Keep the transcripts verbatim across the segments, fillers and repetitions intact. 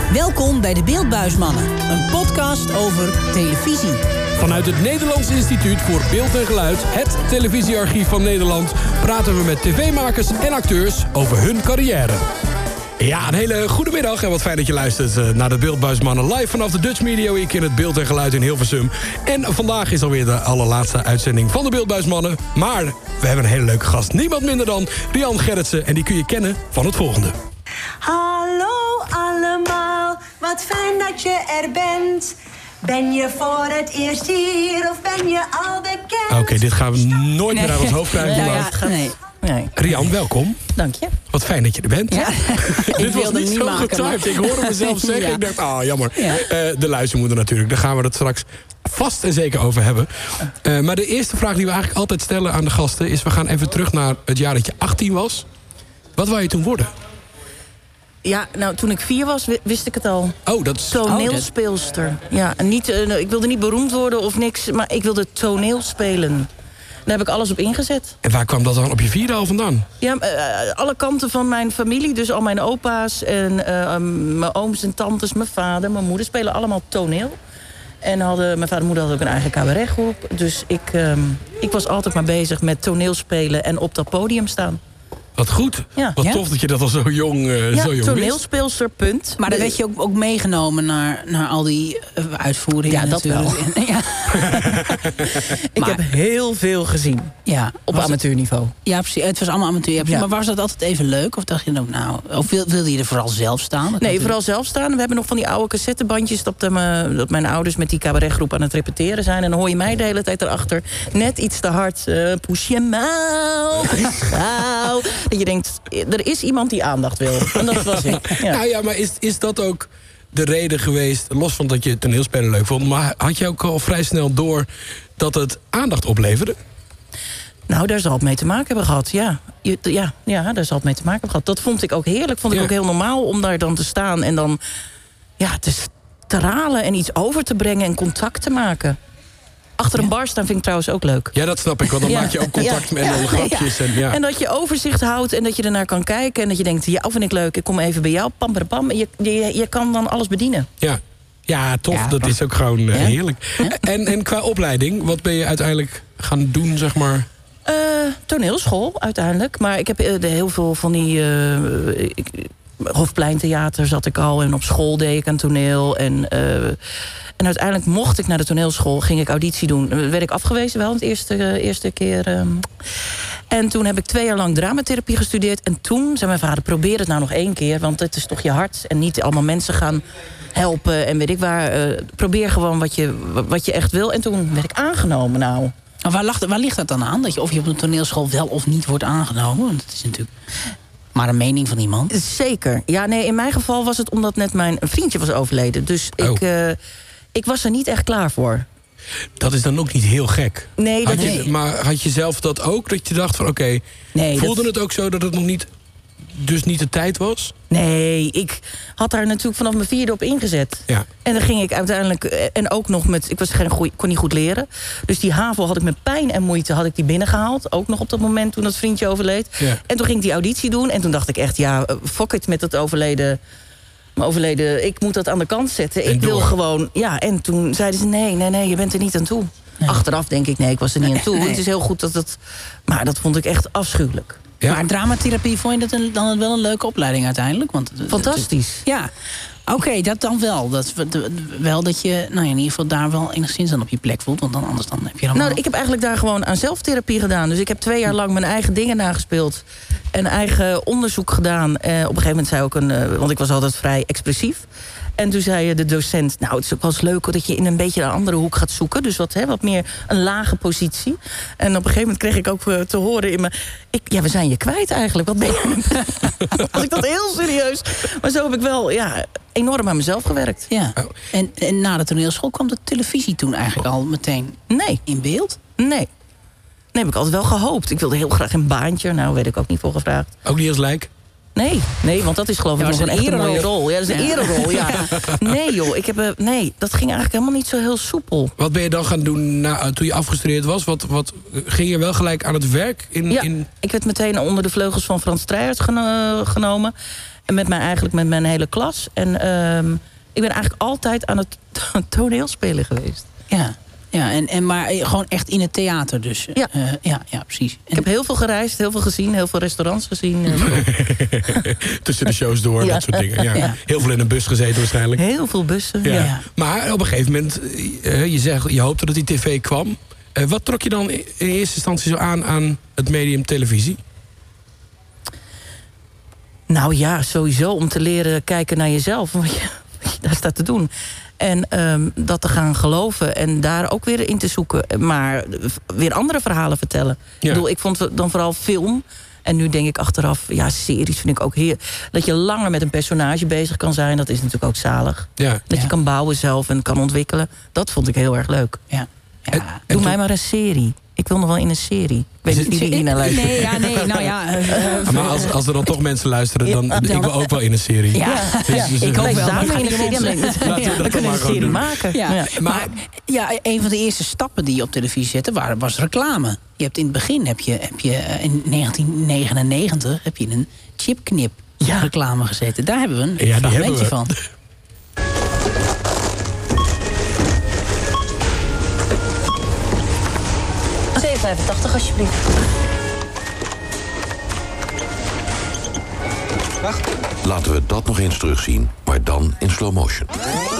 Welkom bij de Beeldbuismannen, een podcast over televisie. Vanuit het Nederlands Instituut voor Beeld en Geluid, het televisiearchief van Nederland, praten we met tv-makers en acteurs over hun carrière. Ja, een hele goede middag en wat fijn dat je luistert naar de Beeldbuismannen live vanaf de Dutch Media Week in het Beeld en Geluid in Hilversum. En vandaag is alweer de allerlaatste uitzending van de Beeldbuismannen. Maar we hebben een hele leuke gast, niemand minder dan Rian Gerritsen. En die kun je kennen van het volgende. Hallo allemaal, wat fijn dat je er bent. Ben je voor het eerst hier of ben je al bekend? Oké, okay, dit gaan we nooit nee. meer uit ons hoofd krijgen. Nee, ja, nee. Nee. Rian, welkom. Dank je. Wat fijn dat je er bent. Ja. Dit was niet zo getuigd. Ik hoorde mezelf zeggen. Ja. Ik dacht, ah, oh, jammer. Ja. Uh, de luistermoeder natuurlijk. Daar gaan we het straks vast en zeker over hebben. Uh, maar de eerste vraag die we eigenlijk altijd stellen aan de gasten is... we gaan even terug naar het jaar dat je achttien was. Wat wou je toen worden? Ja, nou, toen ik vier was, wist ik het al. Oh, dat is... Toneelspeelster. Oh, dat... Ja, niet, uh, ik wilde niet beroemd worden of niks, maar ik wilde toneel spelen. Daar heb ik alles op ingezet. En waar kwam dat dan op je vierde al vandaan? Ja, uh, alle kanten van mijn familie. Dus al mijn opa's en uh, um, mijn ooms en tantes, mijn vader, mijn moeder... spelen allemaal toneel. En hadden, mijn vader en moeder hadden ook een eigen cabaretgroep. Dus ik, um, ik was altijd maar bezig met toneelspelen en op dat podium staan. Wat goed. Ja. Wat ja? tof dat je dat al zo jong uh, ja, zo jong toneelspeelster, punt. Maar dan werd je ook, ook meegenomen naar, naar al die uh, uitvoeringen. Ja, dat natuurlijk. wel. Ja. ik maar, heb heel veel gezien. Ja, op was amateurniveau. Het, ja, precies. Het was allemaal amateur. Ja. Maar was dat altijd even leuk? Of dacht je ook, nou, of wilde je er vooral zelf staan? Dat nee, vooral zelf staan. We hebben nog van die oude cassettebandjes... dat, de, dat mijn ouders met die cabaretgroep aan het repeteren zijn. En dan hoor je mij de hele tijd erachter. Net iets te hard. Uh, push je mouw. Gauw. Dat je denkt, er is iemand die aandacht wil. En dat was ik. Ja. Nou ja, maar is, is dat ook de reden geweest... los van dat je toneelspelen leuk vond... maar had je ook al vrij snel door dat het aandacht opleverde? Nou, daar zal het mee te maken hebben gehad, ja. Je, ja, ja, daar zal het mee te maken hebben gehad. Dat vond ik ook heerlijk. Vond ik ja. ook heel normaal om daar dan te staan... en dan ja, te stralen en iets over te brengen en contact te maken. Achter een bar staan vind ik trouwens ook leuk. Ja, dat snap ik, want dan ja. maak je ook contact ja. met ja. grapjes. Ja. En, ja. en dat je overzicht houdt en dat je ernaar kan kijken... en dat je denkt, ja, vind ik leuk, ik kom even bij jou, pam, pam, pam. Je, je, je kan dan alles bedienen. Ja, ja tof, ja, dat is ook gewoon uh, ja. heerlijk. Ja. En, en qua opleiding, wat ben je uiteindelijk gaan doen, zeg maar... Uh, toneelschool, uiteindelijk. Maar ik heb uh, heel veel van die... Uh, ik, Hofpleintheater zat ik al en op school deed ik aan toneel. En, uh, en uiteindelijk mocht ik naar de toneelschool, ging ik auditie doen. Uh, werd ik afgewezen wel, het eerste, uh, eerste keer. Uh. En toen heb ik twee jaar lang dramatherapie gestudeerd. En toen zei mijn vader, probeer het nou nog één keer. Want het is toch je hart en niet allemaal mensen gaan helpen. En weet ik waar, uh, probeer gewoon wat je, wat je echt wil. En toen werd ik aangenomen nou. Waar, lag, waar ligt dat dan aan? Dat je of je op een toneelschool wel of niet wordt aangenomen? Want het is natuurlijk... maar een mening van iemand? Zeker. Ja, nee, in mijn geval was het omdat net mijn vriendje was overleden. Dus oh. ik, uh, ik was er niet echt klaar voor. Dat is dan ook niet heel gek. Nee, dat had je, nee. Maar had je zelf dat ook? Dat je dacht van oké, okay, nee, voelde dat... het ook zo dat het nog niet... dus niet de tijd was? Nee, ik had daar natuurlijk vanaf mijn vierde op ingezet. Ja. En dan ging ik uiteindelijk... en ook nog met... ik was geen goeie, kon niet goed leren. Dus die HAVO had ik met pijn en moeite had ik die binnengehaald. Ook nog op dat moment toen dat vriendje overleed. Ja. En toen ging ik die auditie doen. En toen dacht ik echt, ja, fuck it met dat overleden... overleden, ik moet dat aan de kant zetten. En ik wil door. gewoon... Ja, en toen zeiden ze, nee, nee, nee, je bent er niet aan toe. Nee. Achteraf denk ik, nee, ik was er niet nee, aan toe. Nee. Het is heel goed dat het... Maar dat vond ik echt afschuwelijk. Ja. Maar dramatherapie, vond je dat een, dan wel een leuke opleiding uiteindelijk? Want, fantastisch. Het, ja, oké, okay, dat dan wel. Dat, wel dat je nou ja, in ieder geval daar wel enigszins aan op je plek voelt. Want dan anders dan heb je dan Nou, ik heb eigenlijk daar gewoon aan zelftherapie gedaan. Dus ik heb twee jaar lang mijn eigen dingen nagespeeld. En eigen onderzoek gedaan. Eh, op een gegeven moment zei ook een... Uh, want ik was altijd vrij expressief. En toen zei de docent, nou, het is ook wel eens leuk dat je in een beetje een andere hoek gaat zoeken. Dus wat, hè, wat meer een lage positie. En op een gegeven moment kreeg ik ook uh, te horen in mijn... Ik, ja, we zijn je kwijt eigenlijk. Wat ben je? Was ik dat heel serieus. Maar zo heb ik wel ja, enorm aan mezelf gewerkt. Ja. En, en na de toneelschool kwam de televisie toen eigenlijk al meteen nee. in beeld? Nee. Nee, heb ik altijd wel gehoopt. Ik wilde heel graag een baantje. Nou, weet ik ook niet voor gevraagd. Ook niet als lijk? Nee, nee, want dat is geloof ik ja, nog een, een echt mooie rol. Ja, dat is een ja. ererol, ja. Nee joh, ik heb, uh, nee, dat ging eigenlijk helemaal niet zo heel soepel. Wat ben je dan gaan doen na, toen je afgestudeerd was? Wat, wat, ging je wel gelijk aan het werk? In, ja, in... ik werd meteen onder de vleugels van Frans Strijert geno- genomen. En met mij eigenlijk met mijn hele klas. En um, ik ben eigenlijk altijd aan het toneelspelen geweest. Ja. Ja, en, en maar gewoon echt in het theater dus. Ja, uh, ja, ja precies. En... Ik heb heel veel gereisd, heel veel gezien, heel veel restaurants gezien. Tussen de shows door, ja. dat soort dingen. Ja. Ja. Heel veel in een bus gezeten waarschijnlijk. Heel veel bussen, ja. ja. Maar op een gegeven moment, uh, je, zegt, je hoopte dat die tv kwam. Uh, wat trok je dan in eerste instantie zo aan aan het medium televisie? Nou ja, sowieso om te leren kijken naar jezelf. Wat je, wat je daar staat te doen. En um, dat te gaan geloven en daar ook weer in te zoeken. Maar weer andere verhalen vertellen. Ja. Ik bedoel, ik vond dan vooral film. En nu denk ik achteraf, ja, series vind ik ook heel... Dat je langer met een personage bezig kan zijn, dat is natuurlijk ook zalig. Ja. Dat ja. je kan bouwen zelf en kan ontwikkelen. Dat vond ik heel erg leuk. Ja. Ja. En, Doe en mij toen... maar een serie. Ik wil nog wel in een serie. Ik weet niet wie hier naar luistert. Nee, ja, nee, nou ja. Uh, uh, maar als, als er dan toch mensen luisteren, dan, dan ik wil ook wel in een serie. Ja, dus, ja. Dus, ik ook wel. Maar in een serie. Ja, Laten we dat dan maar een serie doen. maken. Ja. Ja. Maar, maar ja, een van de eerste stappen die je op televisie zette, waren, was reclame. Je hebt in het begin, heb je, heb je in negentien negenennegentig, heb je een chipknip ja. reclame gezeten. Daar hebben we een ja, fragmentje van. zeven vijfentachtig alsjeblieft. Wacht. Laten we dat nog eens terugzien, maar dan in slow motion.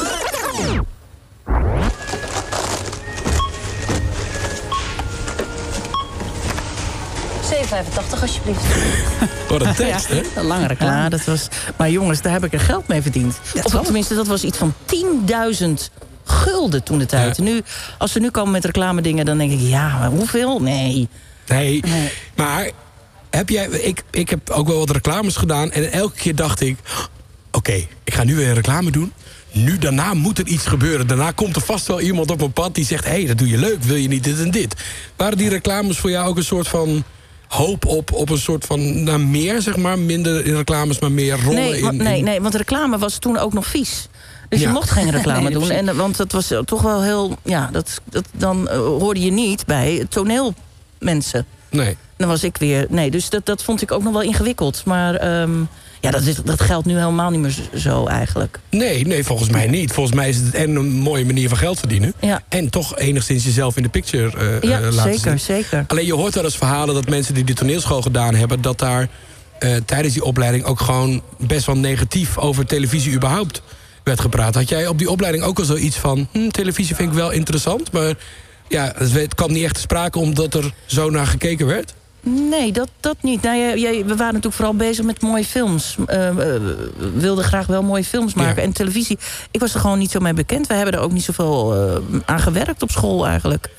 zeven vijfentachtig alsjeblieft. Wat een tekst, ja, hè? Een lange reclame. Ja, dat was... Maar jongens, daar heb ik er geld mee verdiend. Dat of wel. tenminste, dat was iets van tienduizend gulden toen de tijd. Ja. Nu, als ze nu komen met reclame dingen, dan denk ik, ja, maar hoeveel? Nee. Nee, nee. maar heb jij, ik, ik heb ook wel wat reclames gedaan. En elke keer dacht ik, oké, okay, ik ga nu weer een reclame doen. Nu, daarna moet er iets gebeuren. Daarna komt er vast wel iemand op mijn pad die zegt, hé, hey, dat doe je leuk, wil je niet dit en dit. Waren die reclames voor jou ook een soort van hoop op, op een soort van, nou, meer, zeg maar, minder in reclames, maar meer rollen Nee, in, want, nee, in... nee, want reclame was toen ook nog vies. Dus Ja. je mocht geen reclame Nee, doen. En, want dat was toch wel heel... Ja, dat, dat, dan uh, hoorde je niet bij toneelmensen. Nee. Dan was ik weer... Nee, dus dat, dat vond ik ook nog wel ingewikkeld. Maar um, ja, dat, is, dat geldt nu helemaal niet meer zo eigenlijk. Nee, nee, volgens mij niet. Volgens mij is het en een mooie manier van geld verdienen. Ja. En toch enigszins jezelf in de picture uh, Ja, uh, laten zeker, zien. zeker. Alleen je hoort wel eens verhalen dat mensen die de toneelschool gedaan hebben, dat daar uh, tijdens die opleiding ook gewoon best wel negatief over televisie überhaupt werd gepraat. Had jij op die opleiding ook al zoiets van, hm, televisie vind ik wel interessant, maar ja, het kwam niet echt te sprake omdat er zo naar gekeken werd? Nee, dat, dat niet. Nou, jij, jij, we waren natuurlijk vooral bezig met mooie films. Uh, we wilden graag wel mooie films maken. Ja. En televisie, ik was er gewoon niet zo mee bekend. We hebben er ook niet zoveel uh, aan gewerkt op school eigenlijk.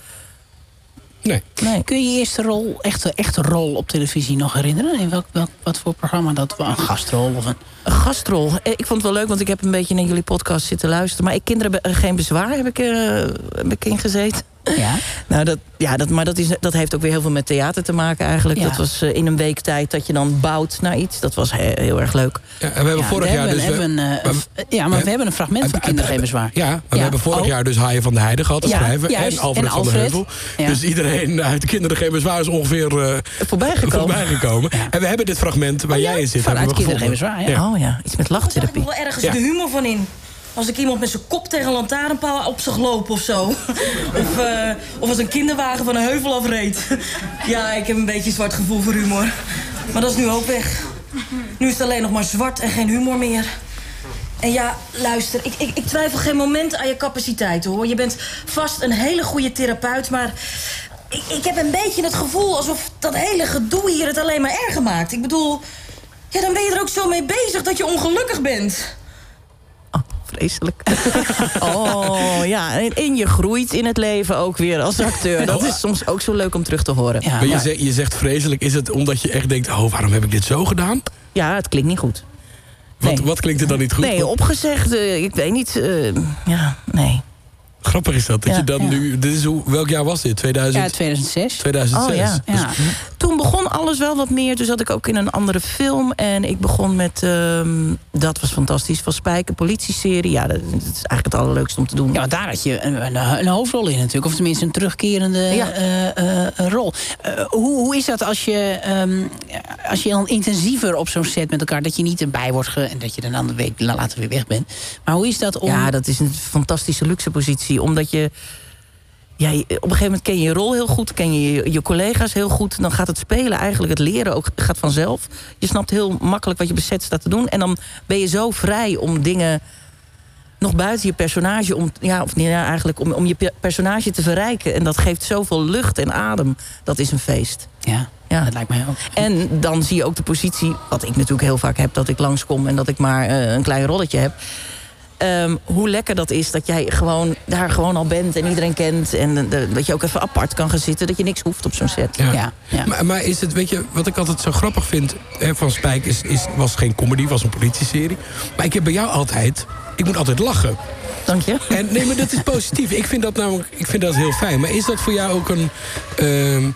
Nee. Nee. Kun je je eerste rol, echte, echte rol op televisie nog herinneren? In welk, welk, wat voor programma dat was? Een gastrol of een... Een gastrol. Ik vond het wel leuk, want ik heb een beetje naar jullie podcast zitten luisteren. Maar ik, Kinderen Geen Bezwaar heb ik, uh, heb ik in gezeten. Ja? Nou, dat, ja, dat, maar dat, is, dat heeft ook weer heel veel met theater te maken eigenlijk. Ja. Dat was uh, in een week tijd dat je dan bouwt naar iets. Dat was he, heel erg leuk. Ja, en we hebben Ja, vorig we jaar hebben, dus... hebben, uh, we, ja, maar we, we hebben een fragment van Kinderen Geen Bezwaar. Ja, maar Ja. we hebben vorig Oh. jaar dus Haaien van de Heide gehad, de Ja, schrijver. juist. En Alfred En van der Alfred. Heuvel. Ja. Dus iedereen uit Kinderen Geen Bezwaar is ongeveer uh, Voorbij gekomen. voorbij gekomen. Ja. En we hebben dit fragment waar Oh, jij ja? in zit. Vanuit hebben we Kinderen Geen gevonden. Bezwaar, ja. Oh ja, iets met Er zit lachtherapie. nog wel ergens Ja. de humor van in. Als ik iemand met zijn kop tegen een lantaarnpaal op zich loop of zo. Of, uh, of als een kinderwagen van een heuvel afreed. Ja, ik heb een beetje zwart gevoel voor humor. Maar dat is nu ook weg. Nu is het alleen nog maar zwart en geen humor meer. En ja, luister, ik, ik, ik twijfel geen moment aan je capaciteiten, hoor. Je bent vast een hele goede therapeut, maar... Ik, ik heb een beetje het gevoel alsof dat hele gedoe hier het alleen maar erger maakt. Ik bedoel, ja, dan ben je er ook zo mee bezig dat je ongelukkig bent. Oh, vreselijk. Oh, ja. En, en je groeit in het leven ook weer als acteur. Dat is soms ook zo leuk om terug te horen. Ja. Maar je, zegt, je zegt vreselijk, is het omdat je echt denkt, oh, waarom heb ik dit zo gedaan? Ja, het klinkt niet goed. Wat, Nee. wat klinkt er dan niet goed? Nee, opgezegd, uh, ik weet niet. Uh, ja, nee. Grappig is dat, dat Ja, je dan ja. nu... Dit is hoe, welk jaar was dit? tweeduizend, Ja, tweeduizend zes. tweeduizend zes. Oh, ja. Dus Ja. toen begon alles wel wat meer. Toen zat ik ook in een andere film. En ik begon met, um, dat was fantastisch, Van Spijk, een politieserie. Ja, dat, dat is eigenlijk het allerleukste om te doen. Ja, want daar had je een, een, een hoofdrol in natuurlijk. Of tenminste een terugkerende ja. uh, uh, rol. Uh, hoe, hoe is dat als je, um, als je dan intensiever op zo'n set met elkaar... dat je niet erbij wordt ge, en dat je dan een andere week later weer weg bent. Maar hoe is dat om... Ja, dat is een fantastische luxe positie. Omdat je... Ja, op een gegeven moment ken je je rol heel goed, ken je, je je collega's heel goed. Dan gaat het spelen eigenlijk, het leren ook gaat vanzelf. Je snapt heel makkelijk wat je bezet staat te doen. En dan ben je zo vrij om dingen nog buiten je personage... om, ja, of nee, ja, eigenlijk om, om je personage te verrijken. En dat geeft zoveel lucht en adem. Dat is een feest. Ja, ja. Dat lijkt mij ook. En dan zie je ook de positie, wat ik natuurlijk heel vaak heb... dat ik langskom en dat ik maar uh, een klein rolletje heb... Um, hoe lekker dat is dat jij gewoon daar gewoon al bent en iedereen kent... en de, de, dat je ook even apart kan gaan zitten, dat je niks hoeft op zo'n set. Ja. Ja, ja. Maar, maar is het, weet je, wat ik altijd zo grappig vind hè, van Spijk... Is, is, was geen comedy, was een politieserie. Maar ik heb bij jou altijd, ik moet altijd lachen. Dank je. En, nee, maar dat is positief. Ik vind dat namelijk, ik vind dat heel fijn. Maar is dat voor jou ook een... Um,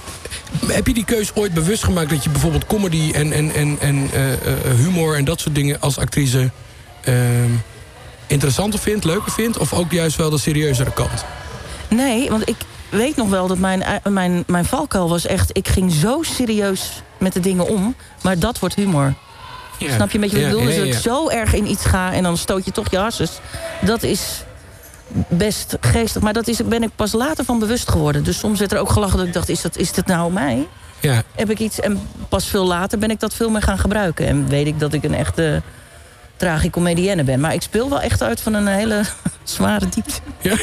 heb je die keus ooit bewust gemaakt dat je bijvoorbeeld comedy en, en, en, en uh, humor... en dat soort dingen als actrice... Uh, interessanter vindt, leuker vindt... of ook juist wel de serieuzere kant? Nee, want ik weet nog wel dat mijn, mijn, mijn valkuil was echt... ik ging zo serieus met de dingen om, maar dat wordt humor. Ja. Snap je een beetje wat ik bedoel? Ja, ja, ja. Dus dat ik zo erg in iets ga en dan stoot je toch je harses. Dat is best geestig, maar dat is, ben ik pas later van bewust geworden. Dus soms werd er ook gelachen dat ik dacht, is dat, is dat nou mij? Ja. Heb ik iets, en pas veel later ben ik dat veel meer gaan gebruiken. En weet ik dat ik een echte... tragicomedienne ben. Maar ik speel wel echt uit van een hele zware diepte. Ja?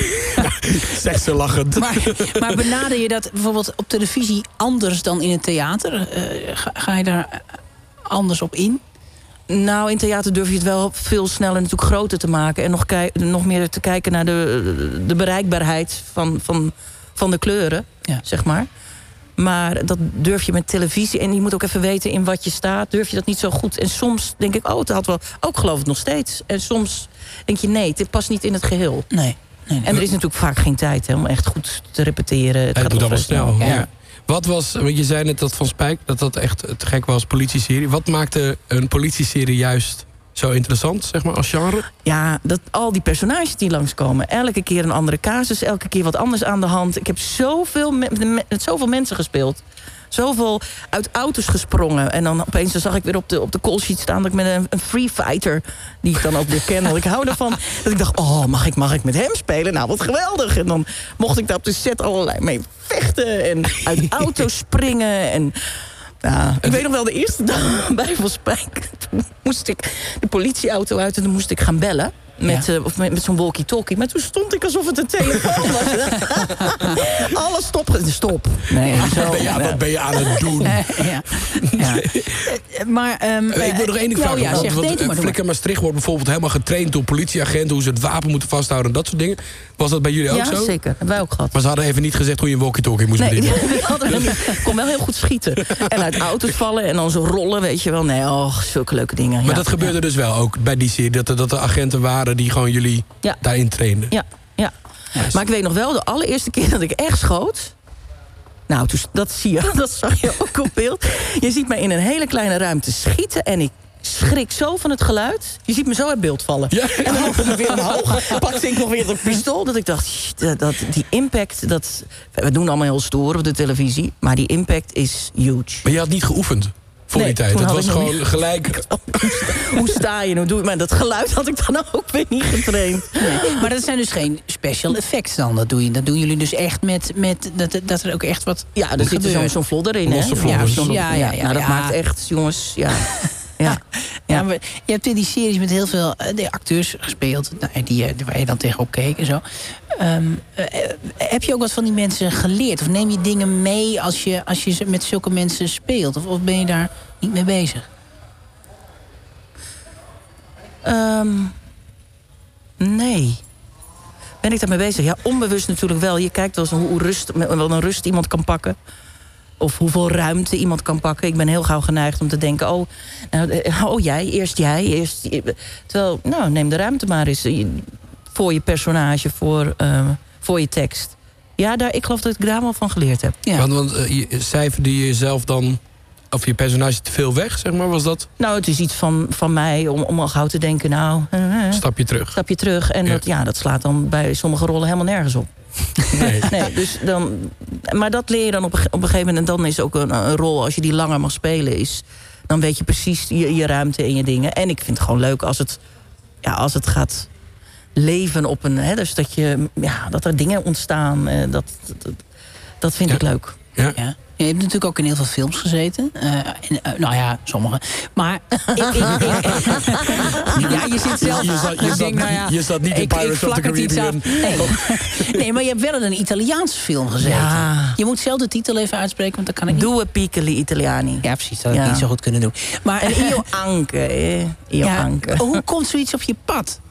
Zeg ze lachend. Maar, maar benader je dat bijvoorbeeld op televisie anders dan in het theater? Uh, ga, ga je daar anders op in? Nou, in theater durf je het wel veel sneller natuurlijk groter te maken. En nog, kei- nog meer te kijken naar de, de bereikbaarheid van, van, van de kleuren, ja. zeg maar. Maar dat durf je met televisie. En je moet ook even weten in wat je staat. Durf je dat niet zo goed. En soms denk ik, oh, het had wel... Ook geloof ik nog steeds. En soms denk je, nee, dit past niet in het geheel. Nee. nee, nee. En er is natuurlijk vaak geen tijd hè, om echt goed te repeteren. Het ja, gaat doet allemaal snel. snel. Ja. Ja. Wat was, want je zei net dat Van Spijk, dat dat echt te gek was, politieserie. Wat maakte een politieserie juist zo interessant, zeg maar, als genre? Ja, dat al die personages die langskomen. Elke keer een andere casus, elke keer wat anders aan de hand. Ik heb zoveel met, met zoveel mensen gespeeld. Zoveel uit auto's gesprongen. En dan opeens dan zag ik weer op de, op de call sheet staan... dat ik met een, een free fighter, die ik dan ook weer ken... want ik hou ervan, dat ik dacht... oh, mag ik, mag ik met hem spelen? Nou, wat geweldig. En dan mocht ik daar op de set allerlei mee vechten... en uit auto's springen en... Ja, ik weet nog wel, de eerste dag bij Van Spijk... toen moest ik de politieauto uit en dan moest ik gaan bellen... Met, ja. uh, of met, met zo'n walkie-talkie. Maar toen stond ik alsof het een telefoon was. Alles stop. Stop. Nee, zo. Ja, wat ben je aan het doen? ja. Ja. Maar, um, ik wil nog één ding vragen. Ja, want, zeg, want, maar Flikker Maastricht wordt bijvoorbeeld helemaal getraind door politieagenten... hoe ze het wapen moeten vasthouden en dat soort dingen. Was dat bij jullie ook ja, zo? Ja, zeker. Hebben wij ook gehad. Maar ze hadden even niet gezegd hoe je een walkie-talkie moest nee, bedienen. Ik kon wel heel goed schieten. En uit auto's vallen en dan zo rollen, weet je wel. Nee, oh, zulke leuke dingen. Maar ja, dat gebeurde ja. dus wel ook bij die serie. Dat er, dat er agenten waren die gewoon jullie ja. daarin trainden. Ja, ja. Ja, maar ik weet nog wel, de allereerste keer dat ik echt schoot... Nou, toen, dat zie je, dat zag je ook op beeld. Je ziet mij in een hele kleine ruimte schieten... en ik schrik zo van het geluid. Je ziet me zo uit beeld vallen. Ja. En dan hoopte ik weer omhoog. Pakte ik nog weer dat pistool. Dat ik dacht, dat, dat, die impact... Dat, we doen allemaal heel stoer op de televisie... maar die impact is huge. Maar je had niet geoefend? Voor nee, die tijd. Het was gewoon niet... gelijk... Hoe sta je nou? Doe maar dat geluid had ik dan ook weer niet getraind. Nee, maar dat zijn dus geen special effects dan. Dat, doe je, dat doen jullie dus echt met... met dat, dat er ook echt wat... Ja, er zit zo'n zo'n vlodder in. Losse hè? vlodders. Ja, ja, ja, ja, nou, dat ja. maakt echt, jongens... Ja. Ja. Ja. Ja, maar je hebt in die series met heel veel uh, de acteurs gespeeld... Nou, die, uh, waar je dan tegenop keek en zo. Um, uh, heb je ook wat van die mensen geleerd? Of neem je dingen mee als je, als je met zulke mensen speelt? Of, of ben je daar niet mee bezig? Um, nee. Ben ik daarmee bezig? Ja, onbewust natuurlijk wel. Je kijkt wel eens hoe rust, wel een rust iemand kan pakken. Of hoeveel ruimte iemand kan pakken. Ik ben heel gauw geneigd om te denken... oh, nou, oh jij, eerst jij. Eerst, terwijl, nou, neem de ruimte maar eens... voor je personage, voor, uh, voor je tekst. Ja, daar, ik geloof dat ik daar wel van geleerd heb. Ja. Want, want uh, je, cijferde je jezelf dan... of je personage te veel weg, zeg maar, was dat? Nou, het is iets van, van mij om, om al gauw te denken... nou, uh, stapje terug. Stapje terug. En ja. Dat, ja, dat slaat dan bij sommige rollen helemaal nergens op. Nee. nee dus dan, maar dat leer je dan op een, op een gegeven moment. En dan is ook een, een rol, als je die langer mag spelen... is dan weet je precies je, je ruimte en je dingen. En ik vind het gewoon leuk als het, ja, als het gaat leven op een... Hè, dus dat, je, ja, dat er dingen ontstaan. Eh, dat, dat, dat vind ja. ik leuk. Ja. Ja. Je hebt natuurlijk ook in heel veel films gezeten. Uh, en, uh, nou ja, sommige. Maar... ik, ik, ik, ja, je zit zelf... Je zat, je zat, denk, nou ja, je zat niet in Pirates of the Caribbean. Nee. nee, maar je hebt wel in een Italiaanse film gezeten. Ja. Je moet zelf de titel even uitspreken, want dan kan ik niet... Due piccoli Italiani. Ja, precies. Dat had ik ja. niet zo goed kunnen doen. Maar, en Io Anke. Eh? Io ja, Anke. Hoe komt zoiets op je pad?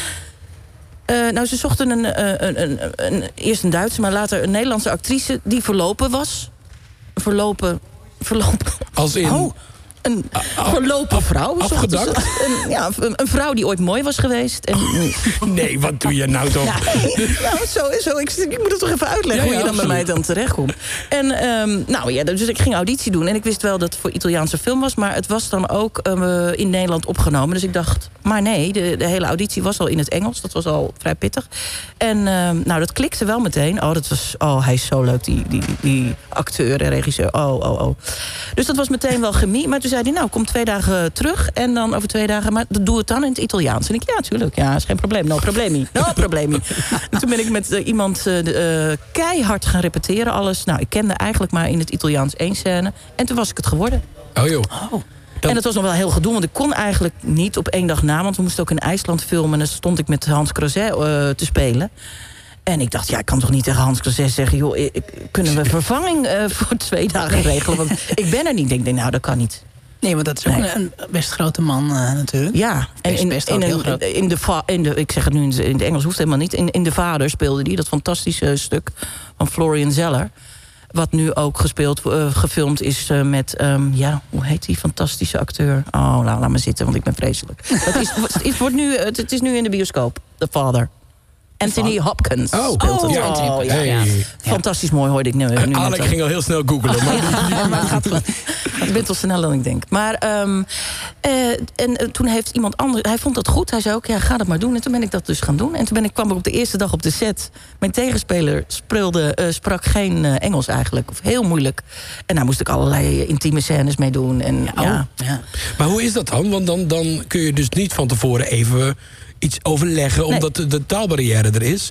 Uh, nou, ze zochten een, een, een, een, een, eerst een Duitse, maar later een Nederlandse actrice... die verlopen was... Verlopen... Verlopen... Als in... Oh, een verlopen af, vrouw. Afgedakt? Een, ja, een, een vrouw die ooit mooi was geweest. En, nee, wat doe je nou toch? Ja, nou, zo, zo, ik, ik moet het toch even uitleggen... Ja, ja, hoe je dan absoluut. bij mij dan terechtkomt. En um, nou ja, dus ik ging auditie doen. En ik wist wel dat het voor Italiaanse film was... maar het was dan ook uh, in Nederland opgenomen. Dus ik dacht, maar nee, de, de hele auditie was al in het Engels. Dat was al vrij pittig. En uh, nou, dat klikte wel meteen. Oh, dat was, oh, hij is zo leuk, die, die, die acteur en regisseur. Oh, oh, oh. Dus dat was meteen wel chemie. Maar toen zei hij, nou, kom twee dagen terug... en dan over twee dagen, maar doe het dan in het Italiaans. En ik, ja, tuurlijk, ja, is geen probleem. No problemi, no problemi. En toen ben ik met uh, iemand uh, uh, keihard gaan repeteren, alles. Nou, ik kende eigenlijk maar in het Italiaans één scène. En toen was ik het geworden. Oh joh. Oh. Dan... En dat was nog wel heel gedoe, want ik kon eigenlijk niet op één dag na... want we moesten ook in IJsland filmen... en dan stond ik met Hans Crozet uh, te spelen... En ik dacht, ja, ik kan toch niet tegen Hans Crozet zeggen... joh, ik, kunnen we vervanging uh, voor twee dagen regelen? Want ik ben er niet. Ik denk, nou, dat kan niet. Nee, want dat is ook nee. een best grote man uh, natuurlijk. Ja, en in, best in, in, heel in, in, de va- in de, ik zeg het nu in het Engels, hoeft helemaal niet. In, in De Vader speelde die, dat fantastische stuk van Florian Zeller. Wat nu ook gespeeld, uh, gefilmd is uh, met, um, ja, hoe heet die fantastische acteur? Oh, nou, laat me zitten, want ik ben vreselijk. Dat is, het, wordt nu, het, het is nu in de bioscoop, The Father. Anthony Hopkins oh. speelt het. Oh, oh, ja. Hey. Ja. Fantastisch mooi hoorde ik nu. nu Alec ging al heel snel googlen. Maar, ja, maar het gaat wel. Ik ben toch sneller dan ik denk. Maar um, uh, en uh, toen heeft iemand anders... Hij vond dat goed. Hij zei ook, ja, ga dat maar doen. En toen ben ik dat dus gaan doen. En toen ben ik, kwam ik op de eerste dag op de set. Mijn tegenspeler speelde, uh, sprak geen uh, Engels eigenlijk. Of heel moeilijk. En daar moest ik allerlei uh, intieme scènes mee doen. En, oh, ja. Ja. Maar hoe is dat dan? Want dan, dan kun je dus niet van tevoren even... iets overleggen, omdat nee. de, de taalbarrière er is.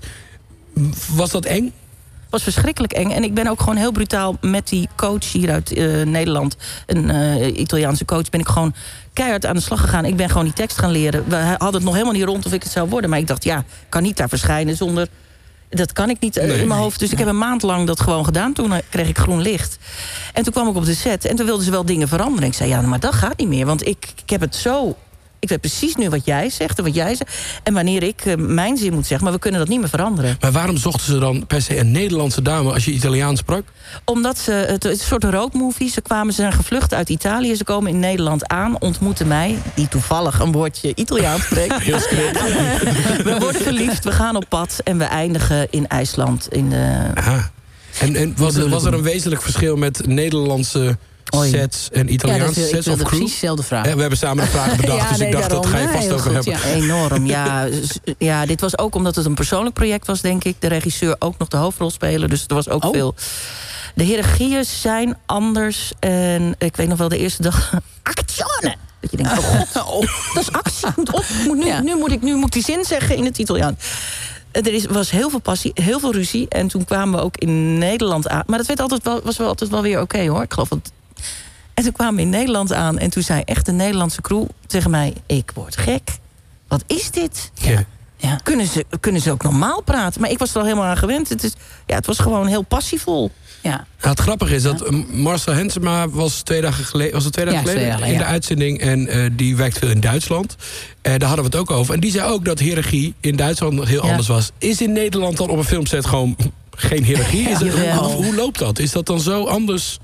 Was dat eng? Was verschrikkelijk eng. En ik ben ook gewoon heel brutaal met die coach hier uit uh, Nederland... een uh, Italiaanse coach, ben ik gewoon keihard aan de slag gegaan. Ik ben gewoon die tekst gaan leren. We hadden het nog helemaal niet rond of ik het zou worden. Maar ik dacht, ja, ik kan niet daar verschijnen zonder... Dat kan ik niet uh, nee, in mijn hoofd. Dus nee. ik heb een maand lang dat gewoon gedaan. Toen uh, kreeg ik groen licht. En toen kwam ik op de set. En toen wilden ze wel dingen veranderen. Ik zei, ja, maar dat gaat niet meer. Want ik, ik heb het zo... Ik weet precies nu wat jij zegt en wat jij zegt. En wanneer ik uh, mijn zin moet zeggen. Maar we kunnen dat niet meer veranderen. Maar waarom zochten ze dan per se een Nederlandse dame als je Italiaans sprak? Omdat ze, het, het is een soort roadmovie. Ze kwamen, ze zijn gevlucht uit Italië. Ze komen in Nederland aan, ontmoeten mij. Die toevallig een woordje Italiaans spreekt. Heel script. We worden verliefd, we gaan op pad. En we eindigen in IJsland. In de, Aha. En, en was, er, was er een wezenlijk verschil met Nederlandse... sets en Italiaanse ja, sets of crew? Precies dezelfde vraag. Ja, we hebben samen een vraag bedacht, ja, dus nee, ik dacht daarom, dat ga je vast over goed, hebben. Ja, enorm, ja, ja. Dit was ook omdat het een persoonlijk project was, denk ik. De regisseur ook nog de hoofdrol spelen, dus er was ook oh. veel... De hiërarchieën zijn anders. En ik weet nog wel de eerste dag... Actione! Dat je denkt, oh god, oh, dat is actie. Moet op, moet nu, ja. nu, moet ik, nu moet ik die zin zeggen in het Italiaans. Er is, was heel veel passie, heel veel ruzie. En toen kwamen we ook in Nederland aan. Maar dat werd altijd wel, was wel altijd wel weer oké, okay, hoor. Ik geloof dat... En toen kwamen we in Nederland aan. En toen zei echt de Nederlandse crew tegen mij... Ik word gek. Wat is dit? Ja. Ja. Kunnen, ze, kunnen ze ook normaal praten? Maar ik was er al helemaal aan gewend. Het, is, ja, het was gewoon heel passievol. Ja. Nou, het grappige is dat ja. Marcel Hensema was twee dagen geleden, was het twee dagen ja, geleden twee dagen, in ja. de uitzending. En uh, die werkt veel in Duitsland. Uh, daar hadden we het ook over. En die zei ook dat hiërarchie in Duitsland heel ja. anders was. Is in Nederland dan op een filmset gewoon geen hiërarchie? Is het, ja. hoe, hoe loopt dat? Is dat dan zo anders?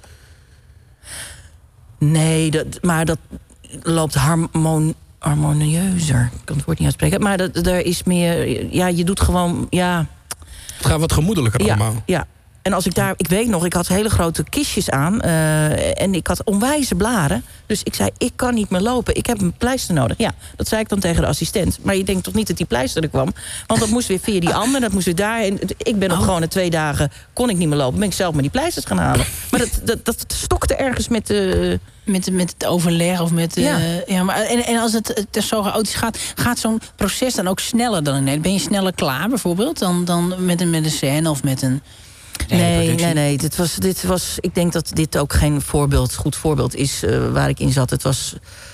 Nee, dat, maar dat loopt harmon, harmonieuzer. Ik kan het woord niet uitspreken. Maar dat, er is meer... Ja, je doet gewoon... Ja, het gaat wat gemoedelijker ja, allemaal. Ja, En als ik daar, ik weet nog, ik had hele grote kistjes aan. Uh, en ik had onwijze blaren. Dus ik zei, ik kan niet meer lopen. Ik heb een pleister nodig. Ja, dat zei ik dan tegen de assistent. Maar je denkt toch niet dat die pleister er kwam? Want dat moest weer via die ander, dat moest weer daar. En ik ben op oh. gewoon na twee dagen, kon ik niet meer lopen. Ben ik zelf maar die pleisters gaan halen. Maar dat, dat, dat stokte ergens met de... Met, met het overleg of met... Ja. Uh, ja, maar, en, en als het, het zo chaotisch gaat... gaat zo'n proces dan ook sneller dan in Nederland? Ben je sneller klaar bijvoorbeeld dan, dan met, een, met een scène of met een... Nee, nee, nee. Dit was, dit was, ik denk dat dit ook geen voorbeeld, goed voorbeeld is uh, waar ik in zat. Het was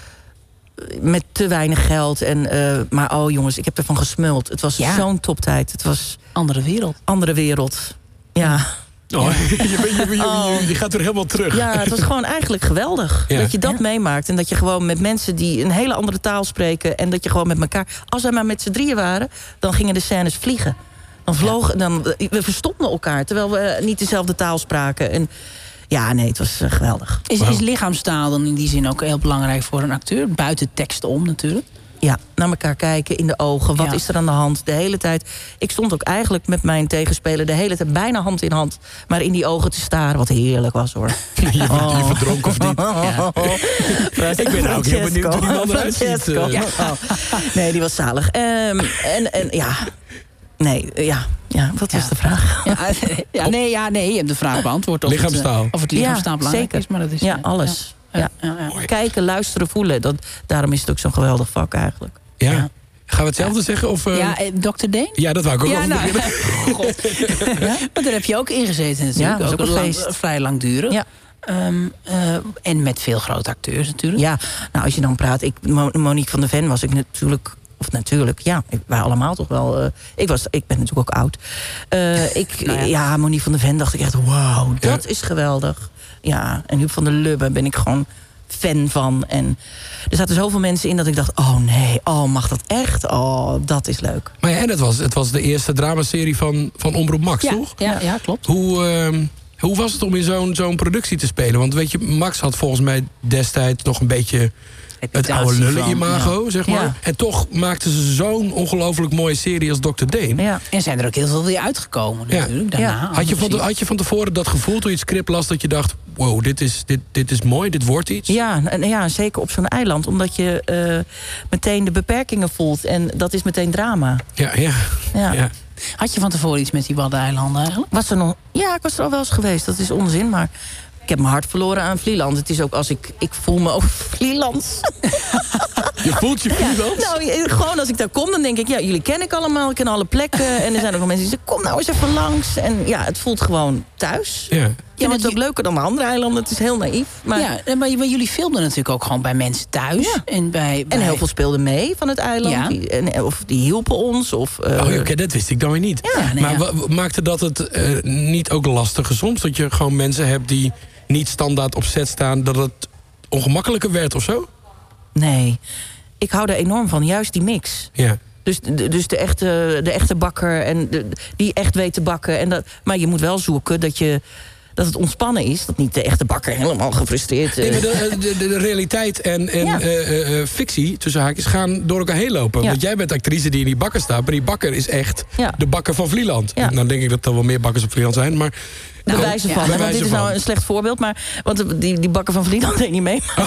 met te weinig geld. En, uh, maar oh jongens, ik heb ervan gesmuld. Het was ja. zo'n toptijd. Het was... Andere wereld. Andere wereld, ja. Oh, je, je, je, je, oh. je gaat weer helemaal terug. Ja, het was gewoon eigenlijk geweldig. Ja. Dat je dat ja. meemaakt. En dat je gewoon met mensen die een hele andere taal spreken... en dat je gewoon met elkaar... Als wij maar met z'n drieën waren, dan gingen de scènes vliegen. Dan vlogen, dan, we verstonden elkaar, terwijl we niet dezelfde taal spraken. En ja, nee, het was uh, geweldig. Is, wow. is lichaamstaal dan in die zin ook heel belangrijk voor een acteur? Buiten teksten om natuurlijk. Ja, naar elkaar kijken, in de ogen. Wat ja. is er aan de hand? De hele tijd. Ik stond ook eigenlijk met mijn tegenspeler de hele tijd bijna hand in hand. Maar in die ogen te staren, wat heerlijk was hoor. je, oh. je verdronk of niet? Ja. Ik ben ook heel benieuwd hoe die man eruit ziet. Uh. Ja. Oh. Nee, die was zalig. Um, en, en ja... Nee, ja. ja, wat was ja. de vraag? Ja, ja, nee, ja, nee, je hebt de vraag beantwoord. Of lichaamstaal. Het, uh, of het lichaamstaal ja, belangrijk zeker. is. Maar dat is ja, alles. Ja. Ja. Ja, ja, ja. Kijken, luisteren, voelen. Dat, daarom is het ook zo'n geweldig vak eigenlijk. Ja. ja. Gaan we hetzelfde ja. zeggen? Of, uh... Ja, eh, dokter Deen? Ja, dat wou ik ook ja, al nou, God. Ja? Maar daar heb je ook ingezeten natuurlijk. Ja, ook, ook lang, vrij langdurig. Ja. Um, uh, en met veel grote acteurs natuurlijk. Ja, nou als je dan praat. Ik, Monique van der Ven was ik natuurlijk... Of natuurlijk, ja, wij allemaal toch wel. Uh, ik, was, ik ben natuurlijk ook oud. Uh, ik, nou ja. ja, Monique van der Ven dacht ik echt, wauw, dat ja. is geweldig. Ja, en Huub van der Lubbe ben ik gewoon fan van. En er zaten zoveel mensen in dat ik dacht, oh nee, oh mag dat echt? Oh, dat is leuk. Maar ja, en het was, het was de eerste dramaserie van, van Omroep Max, ja, toch? Ja, ja, klopt. Hoe... Uh, Hoe was het om in zo'n zo'n productie te spelen? Want weet je, Max had volgens mij destijds nog een beetje het oude lullen imago, ja. zeg maar. Ja. En toch maakten ze zo'n ongelooflijk mooie serie als dokter Deen. Ja. En zijn er ook heel veel weer uitgekomen natuurlijk. Ja. Daarna, ja. Had, je van de, had je van tevoren dat gevoel toen je het script las dat je dacht, wow, dit is, dit, dit is mooi, dit wordt iets? Ja, en, ja zeker op zo'n eiland. Omdat je uh, meteen de beperkingen voelt. En dat is meteen drama. Ja, ja. ja. ja. Had je van tevoren iets met die Waddeneilanden eigenlijk? Was er nog? Ja, ik was er al wel eens geweest. Dat is onzin, maar ik heb mijn hart verloren aan Vlieland. Het is ook als ik... Ik voel me ook Vlielands. Je voelt je Vlielands? Ja, nou, gewoon als ik daar kom, dan denk ik... Ja, jullie ken ik allemaal, ik ken alle plekken. En er zijn ook wel mensen die zeggen, kom nou eens even langs. En ja, het voelt gewoon thuis. Ja. Ik vind het ook leuker dan de andere eilanden. Het is heel naïef. Maar... Ja, maar, maar jullie filmden natuurlijk ook gewoon bij mensen thuis. Ja. En, bij, bij... en heel veel speelden mee van het eiland. Ja. Die, en, of die hielpen ons. Of, uh... Oh, oké, okay, dat wist ik dan weer niet. Ja, nee, maar ja. w- maakte dat het uh, niet ook lastiger soms? Dat je gewoon mensen hebt die niet standaard op set staan... dat het ongemakkelijker werd of zo? Nee, ik hou er enorm van. Juist die mix. Ja. Dus, de, dus de, echte, de echte bakker en de, die echt weet te bakken. En dat, maar je moet wel zoeken dat je... dat het ontspannen is, dat niet de echte bakker helemaal gefrustreerd... Uh... Nee, maar de, de, de realiteit en, en ja. uh, uh, fictie, tussen haakjes, gaan door elkaar heen lopen. Ja. Want jij bent actrice die in die bakker staat, maar die bakker is echt ja. de bakker van Vlieland. Ja. Dan denk ik dat er wel meer bakkers op Vlieland zijn, maar... Nou, bij wijze van, ja, want dit is nou een slecht voorbeeld, maar... want die, die bakker van Vlieland deed niet mee. Oh.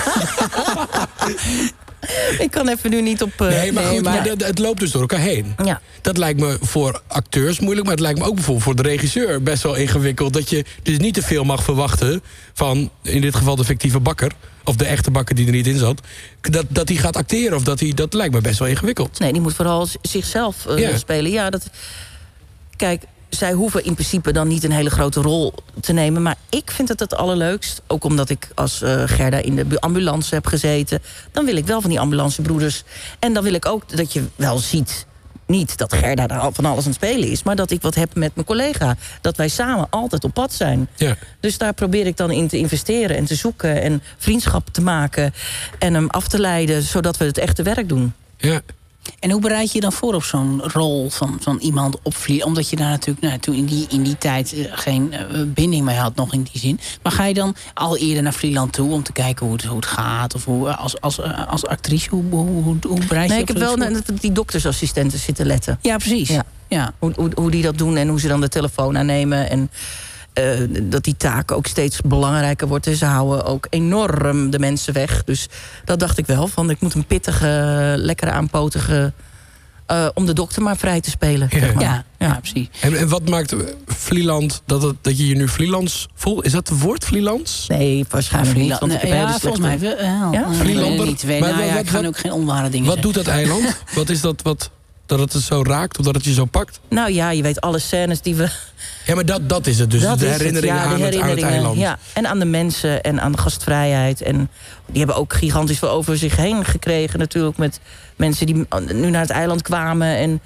Ik kan even nu niet op... Uh, nee, maar goed, nee, maar... Maar het loopt dus door elkaar heen. Ja. Dat lijkt me voor acteurs moeilijk... maar het lijkt me ook bijvoorbeeld voor de regisseur best wel ingewikkeld... dat je dus niet te veel mag verwachten van, in dit geval de fictieve bakker... of de echte bakker die er niet in zat... dat, dat hij gaat acteren, of dat hij... dat lijkt me best wel ingewikkeld. Nee, die moet vooral zichzelf uh, ja. spelen. Ja, dat... Kijk... Zij hoeven in principe dan niet een hele grote rol te nemen. Maar ik vind het het allerleukst. Ook omdat ik als uh, Gerda in de ambulance heb gezeten. Dan wil ik wel van die ambulancebroeders. En dan wil ik ook dat je wel ziet... niet dat Gerda daar van alles aan het spelen is... maar dat ik wat heb met mijn collega. Dat wij samen altijd op pad zijn. Ja. Dus daar probeer ik dan in te investeren en te zoeken... en vriendschap te maken en hem af te leiden... zodat we het echte werk doen. Ja. En hoe bereid je je dan voor op zo'n rol van, van iemand op Vlieland? Omdat je daar natuurlijk nou, toen in, die, in die tijd uh, geen uh, binding mee had, nog in die zin. Maar ga je dan al eerder naar Vlieland toe om te kijken hoe het, hoe het gaat? Of hoe, als, als, uh, als actrice, hoe, hoe, hoe, hoe bereid je Nee, op ik heb wel voor? naar die doktersassistenten zitten letten. Ja, precies. Ja. Ja. Hoe, hoe, hoe die dat doen en hoe ze dan de telefoon aannemen. En uh, dat die taak ook steeds belangrijker wordt. En ze houden ook enorm de mensen weg. Dus dat dacht ik wel. Van, ik moet een pittige, lekkere aanpotige... Uh, om de dokter maar vrij te spelen. Ja. Zeg maar. Ja, ja. ja, precies. En, en wat maakt Vlieland dat, het, dat je je nu Vlielands voelt? Is dat het woord Vlielands? Nee, waarschijnlijk niet. Want ik heb ja, hele volgens mij wel. Ja? Ja? Vlielander? Niet weten. Maar Nou, wat- ja, wat- ik ga wat- ook geen onware dingen Wat zeggen. doet dat eiland? Wat is dat wat, dat het het zo raakt? Of dat het je zo pakt? Nou ja, je weet alle scènes die we... Ja, maar dat, dat is het dus. dat de is het, herinneringen, ja, de aan, het, aan het herinneringen, eiland. Ja, en aan de mensen en aan de gastvrijheid. En die hebben ook gigantisch veel over zich heen gekregen natuurlijk. Met mensen die nu naar het eiland kwamen. En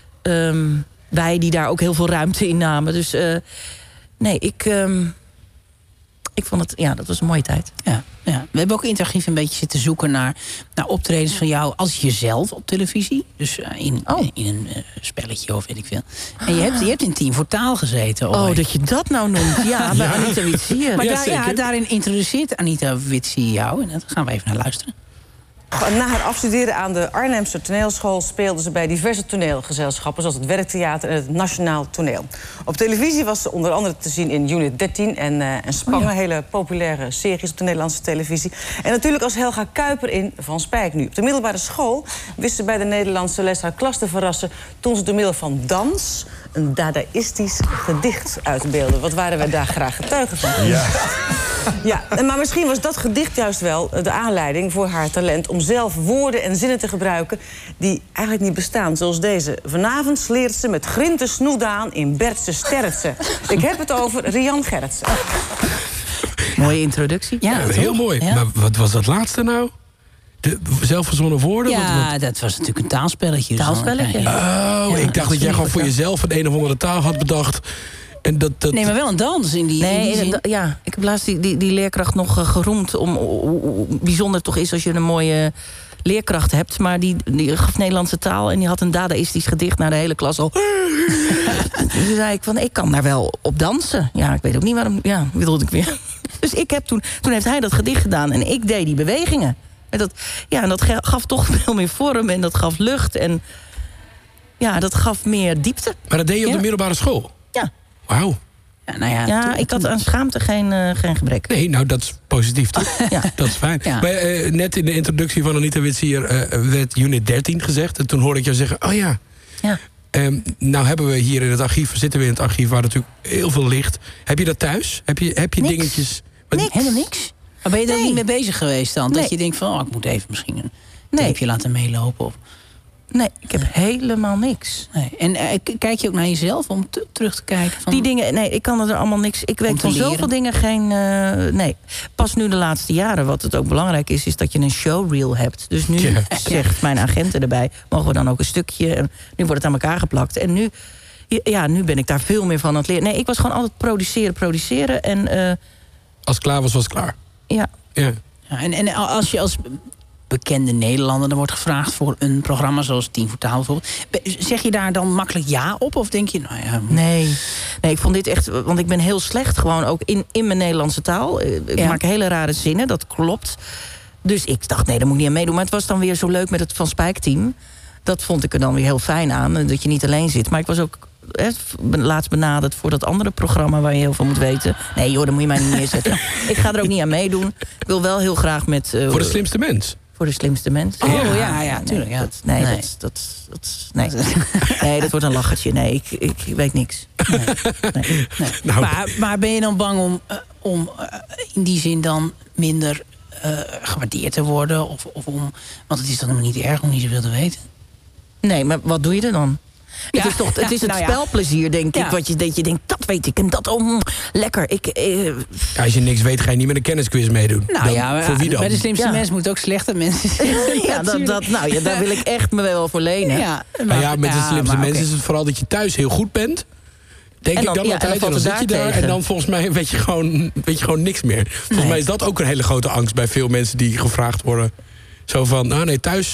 um, wij die daar ook heel veel ruimte in namen. Dus uh, nee, ik... Um, ik vond het... Ja, dat was een mooie tijd. Ja, ja. We hebben ook in het archief een beetje zitten zoeken naar, naar optredens van jou als jezelf op televisie. Dus uh, in, Oh. in een uh, spelletje of weet ik veel. En je hebt, je hebt in Team voor Taal gezeten. Oh, ooit. dat je dat nou noemt. Ja, bij Anita Witsier. Maar Ja, daar, ja, zeker. daarin introduceert Anita Witsier jou. En daar gaan we even naar luisteren. Na haar afstuderen aan de Arnhemse toneelschool speelde ze bij diverse toneelgezelschappen, zoals het Werktheater en het Nationaal Toneel. Op televisie was ze onder andere te zien in Unit dertien en, uh, en Spangen, Oh ja. hele populaire series op de Nederlandse televisie. En natuurlijk als Helga Kuiper in Van Spijk nu. Op de middelbare school wist ze bij de Nederlandse les haar klas te verrassen toen ze door middel van dans een dadaïstisch gedicht uitbeelde. Wat waren wij daar graag getuigen van? Ja. Ja, maar misschien was dat gedicht juist wel de aanleiding voor haar talent om zelf woorden en zinnen te gebruiken die eigenlijk niet bestaan, zoals deze. Vanavond sleert ze met Grinte Snoedaan in Bertse Stertse. Ik heb het over Rian Gerritsen. Mooie introductie. Ja, Ja, toch? heel mooi. Ja. Maar wat was dat laatste nou? De zelfverzonnen woorden? Ja, Wat- wat- dat was natuurlijk een taalspelletje. dus dan Taalspelletje? krijg je- Oh, Ja, ik dacht dat jij gewoon voor ja. jezelf een een of andere taal had bedacht. En dat, dat... Nee, maar wel een dans in die, in die Nee, zin. da- ja, ik heb laatst die, die, die leerkracht nog uh, geroemd om hoe, hoe bijzonder het toch is als je een mooie leerkracht hebt. Maar die, die gaf Nederlandse taal en die had een dadaïstisch gedicht naar de hele klas al. Toen zei ik van, ik kan daar wel op dansen. Ja, ik weet ook niet waarom, ja, wilde ik weer. Dus ik heb toen, toen heeft hij dat gedicht gedaan en ik deed die bewegingen. En dat, ja, en dat ge- gaf toch veel meer vorm en dat gaf lucht en ja, dat gaf meer diepte. Maar dat deed je op Ja. de middelbare school? Ja, Wauw. Ja, nou ja, ja toen- ik had aan schaamte geen, uh, geen gebrek. Nee, nou, dat is positief, toch? Ja. Dat is fijn. Ja. Maar uh, net in de introductie van Anita Witsier uh, werd Unit dertien gezegd. En toen hoorde ik jou zeggen, oh ja. Ja. Um, nou hebben we hier in het archief, zitten we in het archief waar natuurlijk heel veel ligt. Heb je dat thuis? Heb je, heb je Niks. dingetjes? Nee, helemaal niks. Maar ben je daar Nee. niet mee bezig geweest dan? Dat Nee. je denkt van, oh, ik moet even misschien een Nee. tapeje laten meelopen. Of, Nee, ik heb helemaal niks. nee. En uh, k- kijk je ook naar jezelf om te- terug te kijken? Van, Die dingen, nee, ik kan er allemaal niks. Ik Om weet te van leren. zoveel dingen geen. Uh, nee. Pas nu de laatste jaren, wat het ook belangrijk is, is dat je een showreel hebt. Dus nu Ja. zegt mijn agent erbij, mogen we dan ook een stukje. En nu wordt het aan elkaar geplakt. En nu, ja, nu ben ik daar veel meer van aan het leren. Nee, ik was gewoon altijd produceren, produceren. En uh, Als het klaar was, was het klaar. ja. Ja. Ja, en, en als je als bekende Nederlander dan wordt gevraagd voor een programma zoals Team voor Taal bijvoorbeeld, be- zeg je daar dan makkelijk ja op? Of denk je, nou ja... Nee. nee, ik vond dit echt... Want ik ben heel slecht gewoon ook in, in mijn Nederlandse taal. Eh, Ik Ja. maak hele rare zinnen, dat klopt. Dus ik dacht, nee, daar moet ik niet aan meedoen. Maar het was dan weer zo leuk met het Van Spijk team. Dat vond ik er dan weer heel fijn aan. eh, Dat je niet alleen zit. Maar ik was ook eh, laatst benaderd voor dat andere programma waar je heel veel moet weten. Nee joh, dan moet je mij niet neerzetten. Ik ga er ook niet aan meedoen. Ik wil wel heel graag met... eh, Voor de slimste mens. Voor de slimste mensen. Oh, ja, ja, tuurlijk, ja. Dat, nee, Nee. Dat, dat, dat, nee. nee, dat wordt een lachertje. Nee, ik, ik, ik weet niks. Nee. Nee. Nee. Nou. maar, maar ben je dan bang om, uh, om uh, in die zin dan minder uh, gewaardeerd te worden? Of, of om, want het is dan helemaal niet erg om niet zoveel te weten. Nee, maar wat doe je er dan? Ja, het is toch het, is het nou ja. spelplezier, denk Ja. ik. Wat je, dat je denkt, dat weet ik en dat, oh, lekker. Ik, eh, Ja, als je niks weet, ga je niet met een kennisquiz meedoen. Nou Dan- ja, maar, voor wie dan? bij de slimste Ja. mensen moeten ook slechte mensen zijn. ja, dat, dat, nou, ja, daar wil ik echt me wel voor lenen. Ja, Nou ja, met de slimste maar mensen oké. is het vooral dat je thuis heel goed bent. Denk En dan- ik dan ja, altijd. en dan En dan, valt het zit je daar daar tegen. en dan volgens mij weet je gewoon, weet je gewoon niks meer. Volgens Nee. mij is dat ook een hele grote angst bij veel mensen die gevraagd worden. Zo van, nou nee, thuis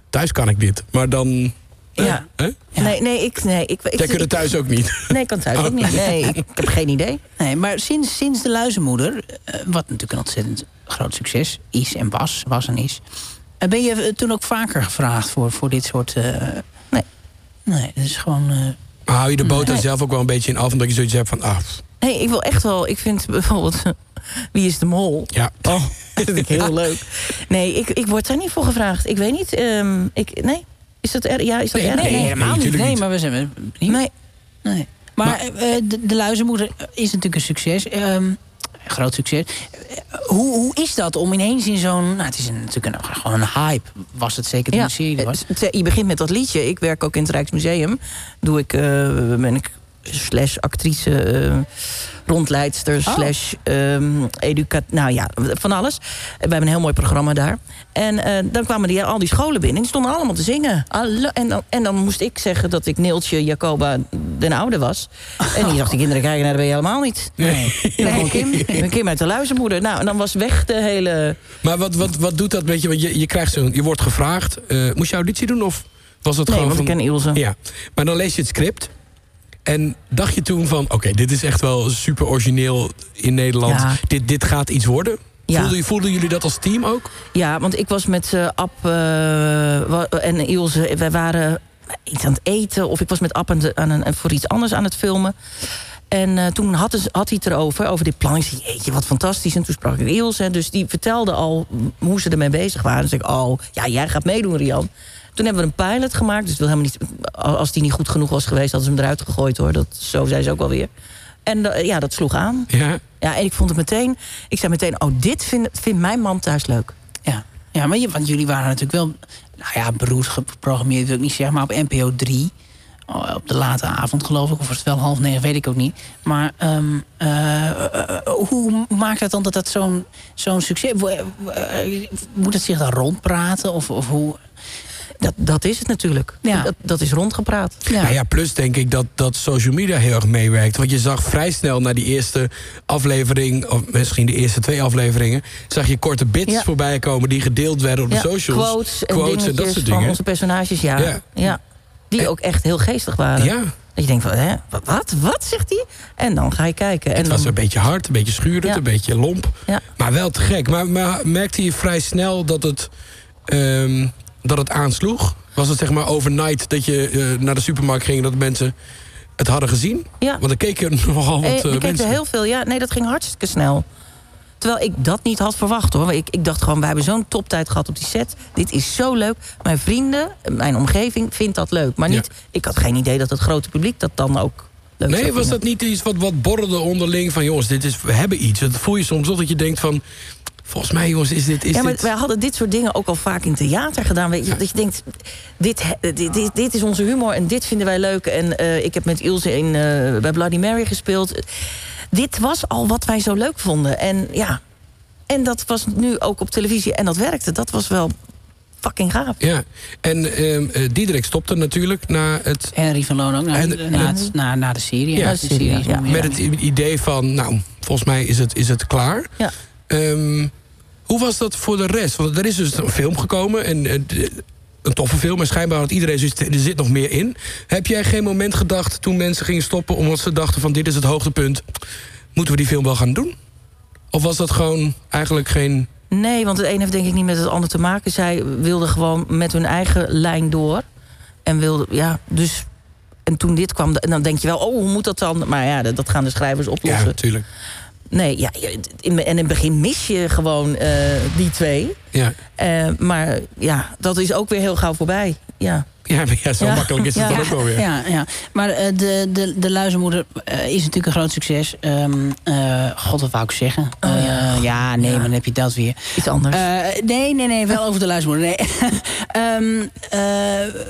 thuis kan ik dit. Maar dan... Ja. Hè? Ja. Nee, nee, ik... Nee, ik, ik Jij kunt het thuis ook niet? Nee, ik kan thuis oh. ook niet. Nee, ik, ik heb geen idee. Nee, maar sinds, sinds De Luizenmoeder, uh, wat natuurlijk een ontzettend groot succes is en was, was en is... Uh, ben je uh, toen ook vaker gevraagd voor, voor dit soort... Uh, nee. Nee, dat is gewoon... Uh, maar hou je de boot nee. dan zelf ook wel een beetje in af... omdat je zoiets hebt van... Ah. Nee, ik wil echt wel... Ik vind bijvoorbeeld... Wie is de Mol? Ja. Oh, dat vind ik heel leuk. Nee, ik, ik word daar niet voor gevraagd. Ik weet niet. Um, ik, nee. Is dat er? Ja, is dat nee, erg? Nee, nee, helemaal nee, niet. Nee, niet. maar we zijn niet. Nee. nee. Maar, maar uh, de, de Luizenmoeder is natuurlijk een succes. Um, een groot succes. Uh, hoe, hoe is dat om ineens in zo'n... Nou, het is een, natuurlijk een, gewoon een hype. Was het zeker toen ja, de serie was. Het, je begint met dat liedje. Ik werk ook in het Rijksmuseum. Doe ik... Uh, ben ik slash actrice... Uh, rondleidster, oh. slash um, educat... Nou ja, van alles. We hebben een heel mooi programma daar. En uh, dan kwamen die, al die scholen binnen. En die stonden allemaal te zingen. Alle, en, dan, en dan moest ik zeggen dat ik Neeltje Jacoba den Oude was. En die dacht, die kinderen kijken, nou, dat ben je helemaal niet. Nee. Ik ben gewoon Kim. Ik ben Kim uit de Luizenmoeder. Nou, en dan was weg de hele... Maar wat, wat, wat doet dat met je? Want je, je krijgt zo'n... Je wordt gevraagd. Uh, moest je auditie doen of was het nee, gewoon want van... ik ken Ilse. Ja. Maar dan lees je het script... En dacht je toen van, oké, okay, dit is echt wel super origineel in Nederland. Ja. Dit, dit gaat iets worden? Ja. Voelden, voelden jullie dat als team ook? Ja, want ik was met uh, Ab uh, en Ilse, wij waren iets aan het eten. Of ik was met Ab aan, de, aan een, voor iets anders aan het filmen. En uh, toen had, het, had hij het erover, over dit plan. Ik zei, jeetje, wat fantastisch. En toen sprak ik Ilse. Dus die vertelde al hoe ze ermee bezig waren. Dus ik, oh, ja, jij gaat meedoen, Rian. Toen hebben we een pilot gemaakt. Dus wil helemaal niet, als die niet goed genoeg was geweest... hadden ze hem eruit gegooid, hoor. Dat, zo zei ze ook wel weer. En uh, ja, dat sloeg aan. Ja. Ja, en ik vond het meteen... Ik zei meteen, oh, dit vindt vind mijn man thuis leuk. Ja, ja maar je, want jullie waren natuurlijk wel... Nou ja, beroerd geprogrammeerd, wil ik niet zeggen... maar op N P O drie... op de late avond, geloof ik. Of was het wel half negen, weet ik ook niet. Maar um, uh, uh, hoe maakt het dan dat dat zo'n zo'n succes... Uh, uh, moet het zich dan rondpraten? Of, of hoe... Dat, dat is het natuurlijk. Ja. Dat, dat is rondgepraat. Ja. Ja, ja, plus denk ik dat, dat social media heel erg meewerkt. Want je zag vrij snel na die eerste aflevering... of misschien de eerste twee afleveringen... zag je korte bits ja. voorbij komen die gedeeld werden op ja. de socials. Quotes en, Quotes en dat soort dingen. Van onze personages, ja. ja. ja. Die en, ook echt heel geestig waren. Ja. Dat je denkt van, hè, wat? Wat zegt hij? En dan ga je kijken. En het dan... was een beetje hard, een beetje schurend, ja. een beetje lomp. Ja. Maar wel te gek. Maar, maar merkte je vrij snel dat het... Um, dat het aansloeg? Was het zeg maar overnight dat je uh, naar de supermarkt ging... en dat mensen het hadden gezien? Ja. Want er keken nogal wat uh, mensen. Er keken heel veel, ja. Nee, dat ging hartstikke snel. Terwijl ik dat niet had verwacht, hoor. Ik, ik dacht gewoon, wij hebben zo'n toptijd gehad op die set. Dit is zo leuk. Mijn vrienden, mijn omgeving vindt dat leuk. Maar niet, ja. ik had geen idee dat het grote publiek dat dan ook leuk Nee, was dat niet iets wat, wat borrelde onderling van... jongens, dit is, we hebben iets. Dat voel je soms toch dat je denkt van... Volgens mij, jongens, is dit... Is ja, maar dit... wij hadden dit soort dingen ook al vaak in theater gedaan. Weet je, ja. Dat je denkt, dit, dit, dit, dit is onze humor en dit vinden wij leuk. En uh, ik heb met Ilse in, uh, bij Bloody Mary gespeeld. Dit was al wat wij zo leuk vonden. En ja, en dat was nu ook op televisie en dat werkte. Dat was wel fucking gaaf. Ja, en uh, Diederik stopte natuurlijk na het... Henry van Loon ook, na, en, na, het, na, na de serie. Ja, de serie ja. Met het idee van, nou, volgens mij is het, is het klaar. Ja. Um, hoe was dat voor de rest? Want er is dus een film gekomen. En, uh, een toffe film. En schijnbaar had iedereen zoiets, er zit nog meer in. Heb jij geen moment gedacht toen mensen gingen stoppen... omdat ze dachten van dit is het hoogtepunt. Moeten we die film wel gaan doen? Of was dat gewoon eigenlijk geen... Nee, want het een heeft denk ik niet met het ander te maken. Zij wilden gewoon met hun eigen lijn door. En wilden, ja, dus... En toen dit kwam, dan denk je wel, oh, hoe moet dat dan? Maar ja, dat gaan de schrijvers oplossen. Ja, natuurlijk. Nee, ja, in, en in het begin mis je gewoon uh, die twee. Ja. Uh, maar ja, dat is ook weer heel gauw voorbij. Ja, ja, ja zo ja. makkelijk is het ja. dan ook wel weer. Ja, ja. Maar uh, de, de, de Luizenmoeder uh, is natuurlijk een groot succes. Um, uh, God, wat wou ik zeggen? Uh, oh, ja. ja, nee, ja. maar dan heb je dat weer. Iets anders. Uh, nee, nee, nee, wel over de Luizenmoeder. Nee. um, uh,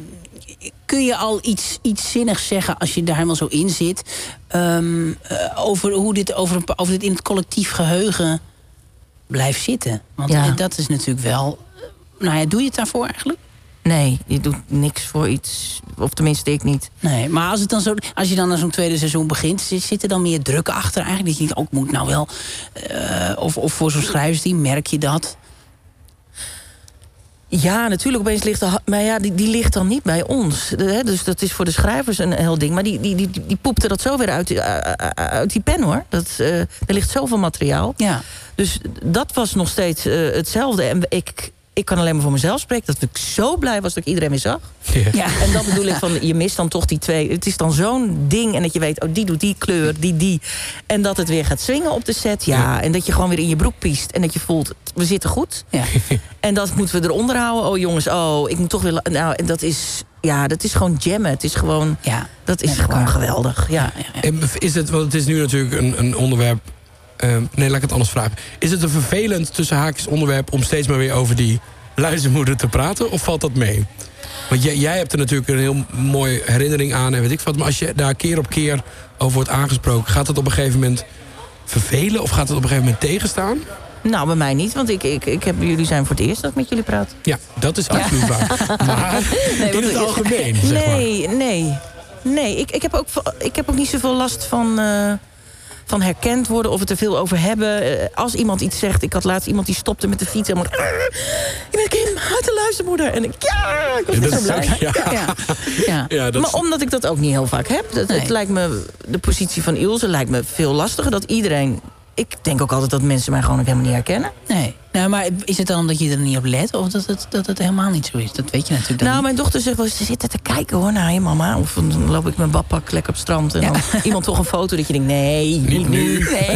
kun je al iets, iets zinnigs zeggen als je daar helemaal zo in zit... Um, uh, over hoe dit, over, over dit in het collectief geheugen blijft zitten? Want ja. dat is natuurlijk wel... Nou ja, doe je het daarvoor eigenlijk? Nee, je doet niks voor iets. Of tenminste, ik niet. Nee, maar als, het dan zo, als je dan naar zo'n tweede seizoen begint... zit er dan meer druk achter eigenlijk? Dat je niet ook moet nou wel... Uh, of, of voor zo'n schrijversteam, merk je dat? Ja, natuurlijk, opeens ligt de... Maar ja, die, die ligt dan niet bij ons. De, dus dat is voor de schrijvers een heel ding. Maar die, die, die, die poepte dat zo weer uit, uh, uit die pen, hoor. Dat, uh, er ligt zoveel materiaal. Ja. Dus dat was nog steeds uh, hetzelfde. En ik... Ik kan alleen maar voor mezelf spreken. Dat ik zo blij was dat ik iedereen weer zag. Ja. Ja. En dat bedoel ik van, je mist dan toch die twee. Het is dan zo'n ding. En dat je weet, oh, die doet die kleur, die, die. En dat het weer gaat swingen op de set. Ja, ja. En dat je gewoon weer in je broek piest. En dat je voelt, we zitten goed. Ja. En dat moeten we eronder houden. Oh jongens, oh, ik moet toch weer... Nou, en dat is... Ja, dat is gewoon jammen. Het is gewoon... Ja, dat is gewoon geweldig. Ja. Ja, ja. Is het, want het is nu natuurlijk een, een onderwerp... Uh, nee, laat ik het anders vragen. Is het een vervelend tussen haakjes onderwerp... om steeds maar weer over die luizenmoeder te praten? Of valt dat mee? Want jij, jij hebt er natuurlijk een heel mooie herinnering aan... en weet ik wat. Maar als je daar keer op keer over wordt aangesproken... gaat het op een gegeven moment vervelen? Of gaat het op een gegeven moment tegenstaan? Nou, bij mij niet, want ik, ik, ik heb, jullie zijn voor het eerst dat ik met jullie praat. Ja, dat is absoluut ja. waar. Maar nee, in het algemeen, nee, zeg maar. Nee, nee. Nee, ik, ik, heb ook, ik heb ook niet zoveel last van... Uh, van herkend worden of we het er veel over hebben. Als iemand iets zegt... Ik had laatst iemand die stopte met de fiets... en ik ben Kim uit de luistermoeder. En ik, ja, ik was ja, zo blij. Ja. Ja. Ja. Ja, dat maar omdat ik dat ook niet heel vaak heb. Dat, nee. Het lijkt me, de positie van Ilse lijkt me veel lastiger. Dat iedereen... Ik denk ook altijd dat mensen mij gewoon ook helemaal niet herkennen. Nee. Nou, maar is het dan omdat je er niet op let? Of dat het, dat het helemaal niet zo is? Dat weet je natuurlijk dan Nou, niet. Mijn dochter zegt wel, ze zitten te kijken hoor naar je mama. Of dan loop ik mijn badpak lekker op het strand. En ja. dan iemand toch een foto dat je denkt, nee, niet nu. Nee.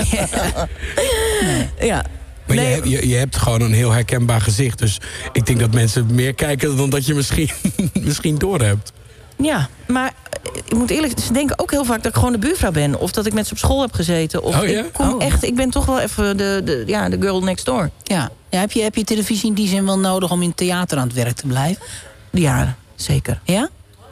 nee. Ja. Maar nee. je, hebt, je, je hebt gewoon een heel herkenbaar gezicht. Dus ik denk dat mensen meer kijken dan dat je misschien, misschien doorhebt. Ja, maar ik moet eerlijk zeggen, ze denken ook heel vaak dat ik gewoon de buurvrouw ben. Of dat ik met ze op school heb gezeten. Of oh, ja? ik kom oh. echt, ik ben toch wel even de, de, ja, de girl next door. Ja, ja heb, je, heb je televisie in die zin wel nodig om in theater aan het werk te blijven? Ja, zeker. Ja?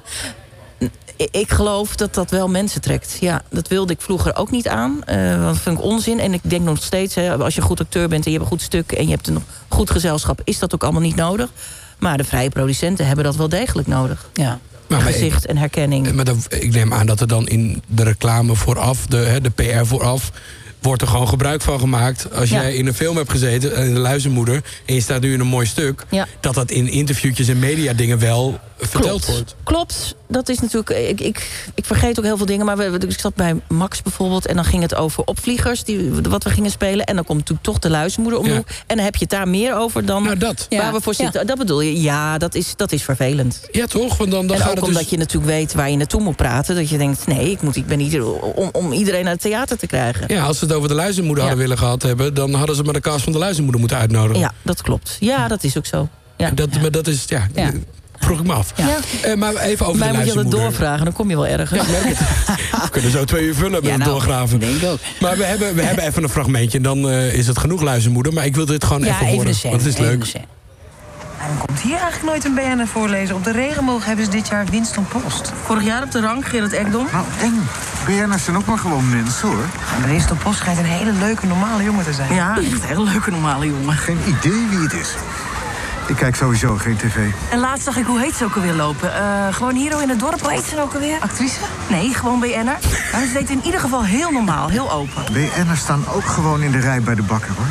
Ik geloof dat dat wel mensen trekt. Ja, dat wilde ik vroeger ook niet aan. Uh, want dat vind ik onzin. En ik denk nog steeds, hè, als je een goed acteur bent en je hebt een goed stuk en je hebt een goed gezelschap, is dat ook allemaal niet nodig. Maar de vrije producenten hebben dat wel degelijk nodig. Ja. Maar gezicht ik, en herkenning. Maar dan, ik neem aan dat er dan in de reclame vooraf, de, hè, de P R vooraf, wordt er gewoon gebruik van gemaakt. Als ja. jij in een film hebt gezeten, in de luizenmoeder, en je staat nu in een mooi stuk, ja. dat dat in interviewtjes en mediadingen wel verteld Klopt. wordt. Klopt. Dat is natuurlijk... Ik, ik, ik vergeet ook heel veel dingen, maar we, ik zat bij Max bijvoorbeeld en dan ging het over opvliegers, die, wat we gingen spelen. En dan komt natuurlijk toch de luizenmoeder om de hoek. En dan heb je het daar meer over dan nou, dat. waar ja. we voor zitten. Ja. Dat bedoel je? Ja, dat is, dat is vervelend. Ja, toch? Want dan, dan en gaat ook het omdat dus... je natuurlijk weet waar je naartoe moet praten. Dat je denkt, nee, ik, moet, ik ben hier om, om iedereen naar het theater te krijgen. Ja, als ze het over de luizenmoeder ja. hadden willen gehad hebben, dan hadden ze maar de cast van de luizenmoeder moeten uitnodigen. Ja, dat klopt. Ja, dat is ook zo. Ja. Dat, ja. Maar dat is, ja... ja. Vroeg ik me af. Ja. Uh, maar even over Mij de moet je dat luizenmoeder. doorvragen, dan kom je wel ergens. Ja, we kunnen zo twee uur vullen met ja, het nou, doorgraven. Denk ik ook. Maar we hebben, we hebben even een fragmentje en dan uh, is het genoeg luizenmoeder. Maar ik wil dit gewoon ja, even, even horen, scène, want het is leuk. Waarom komt hier eigenlijk nooit een B N N voorlezen? Op de regenboog hebben ze dit jaar Winston Post. Vorig jaar op de rang, Gerrit Ekdom. Nou, eng. B N'ers zijn ook maar gewoon mensen, hoor. En Winston Post schijnt een hele leuke, normale jongen te zijn. Ja, echt een hele leuke, normale jongen. Geen idee wie het is. Ik kijk sowieso geen tv. En laatst zag ik, hoe heet ze ook alweer lopen? Uh, gewoon hier in het dorp, hoe heet ze ook alweer? Actrice? Nee, gewoon B N'er. Maar ze deed in ieder geval heel normaal, heel open. B N'ers staan ook gewoon in de rij bij de bakker, hoor.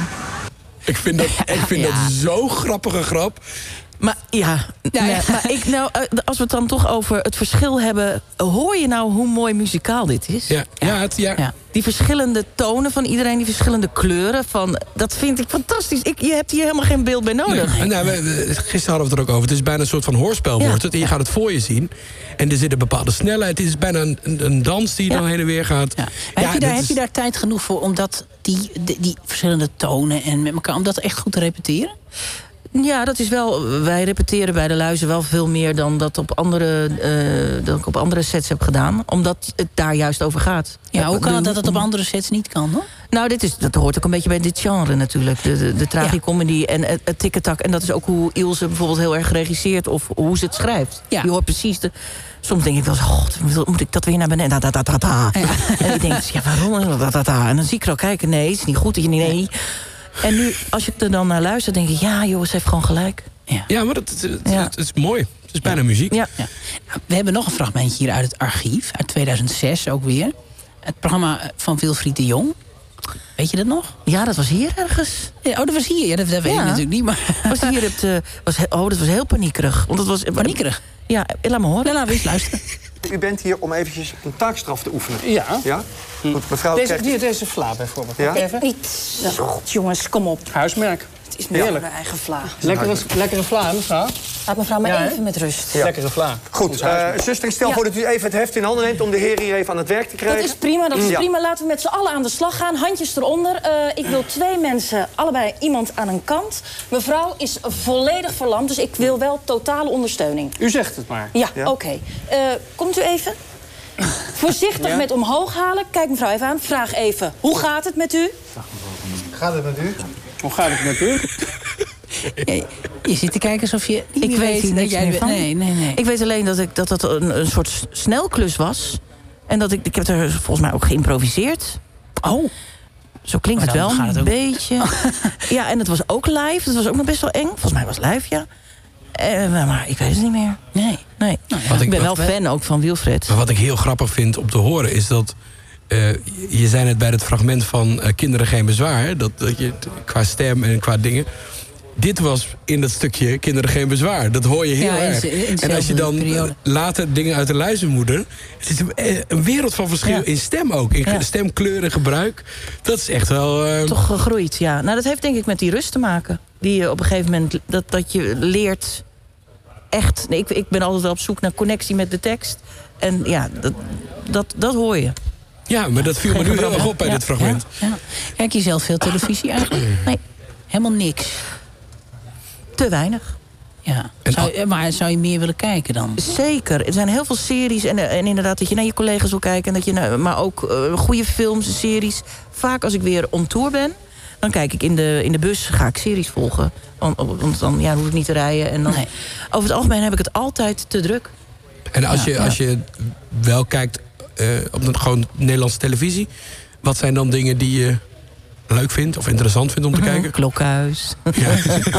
Ik vind dat, ik vind ja. dat zo'n grappige grap. Maar ja, ja, ja. maar ik, nou, als we het dan toch over het verschil hebben, hoor je nou hoe mooi muzikaal dit is? Ja, ja, het, ja. ja. Die verschillende tonen van iedereen, die verschillende kleuren, van, dat vind ik fantastisch. Ik, je hebt hier helemaal geen beeld bij nodig. Nee. Nou, we, we, gisteren hadden we het er ook over. Het is bijna een soort van hoorspel wordt ja. het. En je gaat het voor je zien. En er zit een bepaalde snelheid. Het is bijna een, een, een dans die ja. dan heen en weer gaat. Ja. Ja, heb, je daar, is... heb je daar tijd genoeg voor om dat, die, die, die verschillende tonen en met elkaar, om dat echt goed te repeteren? Ja, dat is wel. Wij repeteren bij de luizen wel veel meer dan dat op andere, uh, dat ik op andere sets heb gedaan. Omdat het daar juist over gaat. Ja, hoe kan het dat het op andere sets niet kan, hoor? Nou, dit is, dat hoort ook een beetje bij dit genre natuurlijk. De, de, de tragicomedy ja. en het, het tikketak. En dat is ook hoe Ilse bijvoorbeeld heel erg regisseert of hoe ze het schrijft. Ja. Je hoort precies de... Soms denk ik wel eens, god, moet ik dat weer naar beneden? Da, da, da, da. Ja. En ik denk, ja, waarom? Da, da, da. En dan zie ik er al kijken, nee, het is niet goed. Nee. nee. En nu, als je er dan naar luistert, denk ik, ja, joh, ze heeft gewoon gelijk. Ja, ja maar dat, het, het, ja. het is mooi. Het is bijna ja. muziek. Ja. Ja. Nou, we hebben nog een fragmentje hier uit het archief, uit tweeduizend zes ook weer. Het programma van Wilfried de Jong. Weet Weet je dat nog? Ja, dat was hier ergens. Ja, oh, dat was hier. Ja, dat, dat weet Ja. ik natuurlijk niet. Maar... Was hier het, uh, was, he- oh, dat was heel paniekerig. Want dat was, Paniekerig? Ja, laat me horen. Ja, laten we eens luisteren. U bent hier om eventjes een taakstraf te oefenen. Ja. Ja? Goed, mevrouw Deze, krijgt... die, deze vla bijvoorbeeld. Ja? Even. Niet. God, jongens, kom op. Huismerk. Het is meer Heerlijk. mijn eigen vla. Lekkere, lekkere vla, hè, mevrouw? Laat mevrouw maar Ja, hè? even met rust. Ja. Lekkere vla. Goed, uh, zuster, ik stel Ja. voor dat u even het heft in handen neemt... om de heren hier even aan het werk te krijgen. Dat is prima, dat is Ja. prima. Laten we met z'n allen aan de slag gaan. Handjes eronder. Uh, ik wil twee mensen, allebei iemand aan een kant. Mevrouw is volledig verlamd, dus ik wil wel totale ondersteuning. U zegt het maar. Ja, Ja. oké. Okay. Uh, komt u even? Voorzichtig Ja. met omhoog halen. Kijk mevrouw even aan. Vraag even, hoe gaat het met u? Gaat het met u? Hoe gaat het met u? Je, je zit te kijken alsof je niet Ik meer weet weet hier dat niks jij... meer van. Nee, nee, nee. Ik weet alleen dat ik, dat, dat een, een soort s- snelklus was. En dat ik, ik heb er volgens mij ook geïmproviseerd. Oh. Zo klinkt Maar het dan wel gaat het een ook. beetje. Ja, en het was ook live. Dat was ook nog best wel eng. Volgens mij was het live, ja. Eh, maar ik weet het niet meer. Nee. Nee. Nou ja. Wat Ik ben wel wat- fan ook van Wilfred. Maar wat ik heel grappig vind om te horen is dat... Uh, je zei net bij het fragment van uh, Kinderen geen bezwaar... Dat, dat je t- qua stem en qua dingen... Dit was in dat stukje Kinderen geen bezwaar. Dat hoor je heel Ja, in erg. z- in En als je dan periode. later dingen uit de luizenmoeder... Het is een, een wereld van verschil Ja. in stem ook. In Ja. stemkleur en gebruik. Dat is echt wel... Uh... Toch gegroeid, ja. Nou, dat heeft denk ik met die rust te maken. Die je op een gegeven moment... Dat, dat je leert echt... Nee, ik, ik ben altijd wel op zoek naar connectie met de tekst. En ja, dat, dat, dat hoor je. Ja, maar dat viel me Geen nu heel gebrek. erg op bij Ja. dit fragment. Ja. Kijk je zelf veel televisie eigenlijk? Nee, Helemaal niks. te weinig. Ja. En Zou, je- maar zou je meer willen kijken dan? Zeker. Er zijn heel veel series. En, en inderdaad dat je naar je collega's wil kijken. En dat je naar, maar ook uh, goede films, series. Vaak als ik weer on tour ben... dan kijk ik in de, in de bus, ga ik series volgen. Want, want dan ja, hoef ik niet te rijden. En dan, Nee. Over het algemeen heb ik het altijd te druk. En als, Ja, je, ja. als je wel kijkt uh, op de gewoon Nederlandse televisie... wat zijn dan dingen die je leuk vindt of interessant vindt om te kijken? Klokhuis. Ja.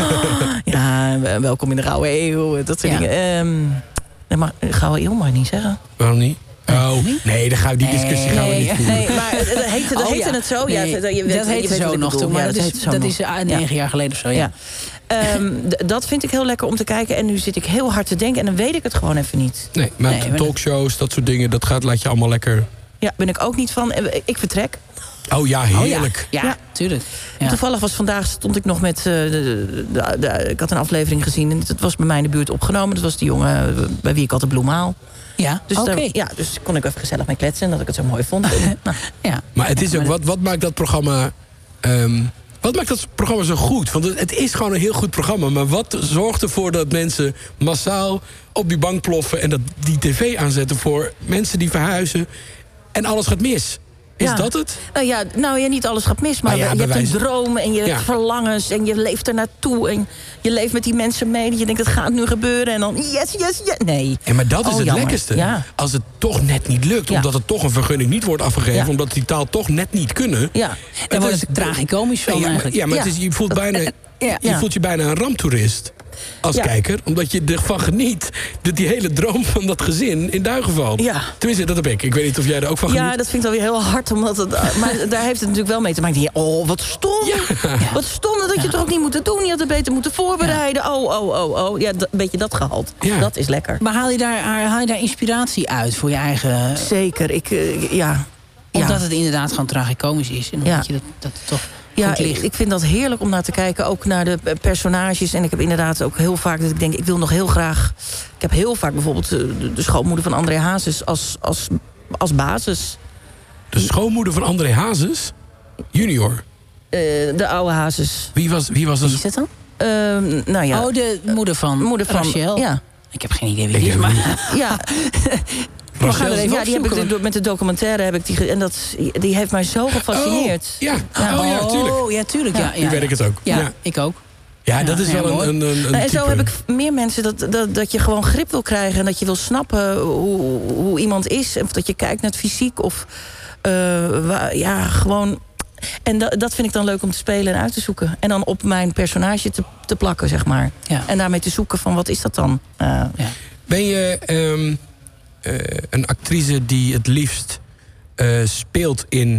Ja, welkom in de Gouden Eeuw. Dat soort Ja. dingen. Um, nee, maar Gouden Eeuw mag je niet zeggen. Waarom niet? Oh, nee, dan gaan we die Nee, discussie gaan we niet Nee, voeren. nee, maar dat heette, dat Oh, heette ja. het zo. Ja, Nee, het- je weet- dat je heette weet wat zo ik nog bedoel. toen, maar Ja, dat, heette is, zo dat nog. is ah, negen jaar geleden of zo, ja. Ja. Um, d- dat vind ik heel lekker om te kijken. En nu zit ik heel hard te denken. En dan weet ik het gewoon even niet. Nee, maar Nee, maar- talkshows, dat soort dingen, dat gaat, laat je allemaal lekker... Ja, ben ik ook niet van. En Ik vertrek. Oh ja, heerlijk. Ja, Ja. tuurlijk. Ja. Toevallig was vandaag, stond ik nog met... uh, de, de, de- ik had een aflevering gezien. En het was bij mij in de buurt opgenomen. Dat was die jongen uh, bij wie ik altijd bloem haal. Ja, Dus, oké. daar, ja, dus kon ik even gezellig mee kletsen. En dat ik het zo mooi vond. En, nou, Ja. Maar het is ook, wat, wat maakt dat programma... Um, wat maakt dat programma zo goed? Want het, het is gewoon een heel goed programma. Maar wat zorgt ervoor dat mensen massaal op die bank ploffen... en dat die tv aanzetten voor mensen die verhuizen... en alles gaat mis? Is ja. dat het? Nou ja, nou ja, niet alles gaat mis. Maar Nou ja, je bij hebt een wijze- droom en je hebt Ja. verlangens. En je leeft er naartoe. En je leeft met die mensen mee. Dat je denkt, het gaat nu gebeuren. En dan, yes, yes, yes. Nee. En maar dat is Oh, het jammer. lekkerste. Ja. Als het toch net niet lukt. Ja. Omdat het toch een vergunning niet wordt afgegeven. Ja. Omdat die taal toch net niet kunnen. Ja. Daar Het wordt is- het tragicomisch van Ja, maar, eigenlijk. ja, maar Ja. Het is, je, voelt bijna, Ja. je Ja. voelt je bijna een ramptoerist. Als Ja. kijker. Omdat je ervan geniet dat die hele droom van dat gezin in duigen valt. Ja. Tenminste, dat heb ik. Ik weet niet of jij er ook van geniet. Ja, dat vind ik alweer heel hard. Omdat het, maar daar heeft het natuurlijk wel mee te maken. Oh, wat stom. Ja. Wat stom, dat had je toch ook niet moeten doen. Je had het beter moeten voorbereiden. Oh, oh, oh, oh. Ja, dat- een beetje dat gehaald. Ja. Dat is lekker. Maar haal je, daar, haal je daar inspiratie uit voor je eigen... Zeker. Ik, eh, ja. Omdat ja. het inderdaad gewoon tragicomisch is. En omdat Ja. je dat, dat het toch Ja, goed ik, ligt. ik vind dat heerlijk om naar te kijken. Ook naar de eh, personages. En ik heb inderdaad ook heel vaak dat ik denk, ik wil nog heel graag... Ik heb heel vaak bijvoorbeeld eh, de, de schoonmoeder van André Hazes als, als, als basis. De schoonmoeder van André Hazes, junior. Eh, de oude Hazes. Wie was, wie was dat? Wie is dat dan? Ehm, nou ja. Oh, de moeder van, moeder van Rachel. Ja. Ik heb geen idee wie Ik die is, heb maar... Ja. Rachel? We gaan er even ja, die heb ik opzoeken. de- met de documentaire heb ik die ge- en dat die heeft mij zo gefascineerd. Oh, ja. Oh, ja, tuurlijk. Oh, ja, tuurlijk. Ja, Ja. ja, Nu weet ik het ook. Ja, Ja. ik ook. Ja, dat is Ja, wel mooi. een, een, een, een Nou, en zo type. heb ik meer mensen dat, dat, dat je gewoon grip wil krijgen en dat je wil snappen hoe, hoe iemand is. Of dat je kijkt naar het fysiek of uh, waar, ja, gewoon. En dat, dat vind ik dan leuk om te spelen en uit te zoeken. En dan op mijn personage te, te plakken, zeg maar. Ja. En daarmee te zoeken van wat is dat dan? Uh, Ja. Ben je um, uh, een actrice die het liefst uh, speelt in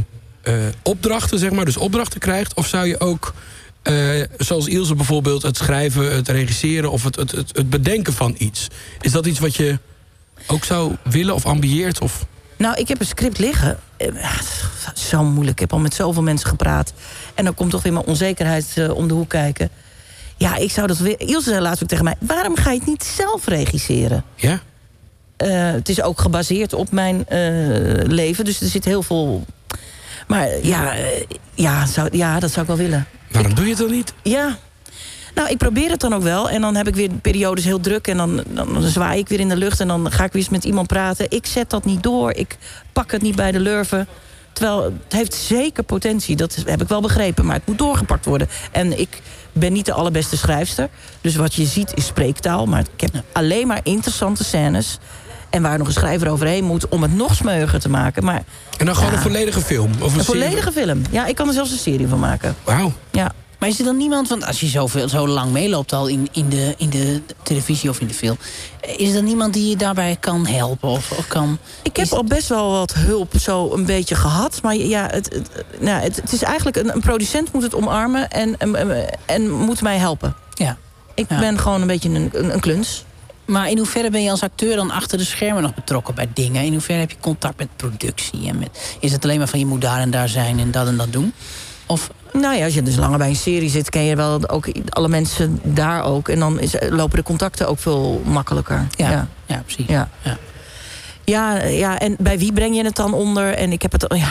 uh, opdrachten, zeg maar, dus opdrachten krijgt? Of zou je ook, uh, zoals Ilse bijvoorbeeld, het schrijven, het regisseren of het, het, het, het bedenken van iets? Is dat iets wat je ook zou willen of ambieert? Of... Nou, ik heb een script liggen. Zo moeilijk. Ik heb al met zoveel mensen gepraat. En dan komt toch weer mijn onzekerheid uh, om de hoek kijken. Ja, ik zou dat weer... Ilse zei laatst ook tegen mij, waarom ga je het niet zelf regisseren? Ja. Uh, het is ook gebaseerd op mijn uh, leven. Dus er zit heel veel... Maar ja, uh, ja, zou, ja, dat zou ik wel willen. Waarom doe je het dan niet? Ja. Nou, ik probeer het dan ook wel. En dan heb ik weer periodes heel druk. En dan, dan, dan zwaai ik weer in de lucht. En dan ga ik weer eens met iemand praten. Ik zet dat niet door. Ik pak het niet bij de lurven. Terwijl het heeft zeker potentie. Dat heb ik wel begrepen. Maar het moet doorgepakt worden. En ik ben niet de allerbeste schrijfster. Dus wat je ziet is spreektaal. Maar ik heb alleen maar interessante scènes. En waar nog een schrijver overheen moet om het nog smeuiger te maken. Maar, en dan gewoon ja, een volledige film? Of een een serie? volledige film. Ja, ik kan er zelfs een serie van maken. Wauw. Ja. Maar is er dan niemand, want als je zoveel, zo lang meeloopt al in, in, de, in de televisie of in de film... is er dan niemand die je daarbij kan helpen? Of, of kan, ik heb is... al best wel wat hulp zo een beetje gehad. Maar ja, het, het, nou, het, het is eigenlijk... Een, een producent moet het omarmen en, en, en moet mij helpen. Ja. Ik ja. ben gewoon een beetje een, een, een kluns. Maar in hoeverre ben je als acteur dan achter de schermen nog betrokken bij dingen? In hoeverre heb je contact met productie? En met, is het alleen maar van je moet daar en daar zijn en dat en dat doen? Of... Nou ja, als je dus langer bij een serie zit, ken je wel ook alle mensen daar ook. En dan is, lopen de contacten ook veel makkelijker. Ja, ja. ja precies. Ja. Ja. Ja, ja, en bij wie breng je het dan onder? En ik heb het... Ja.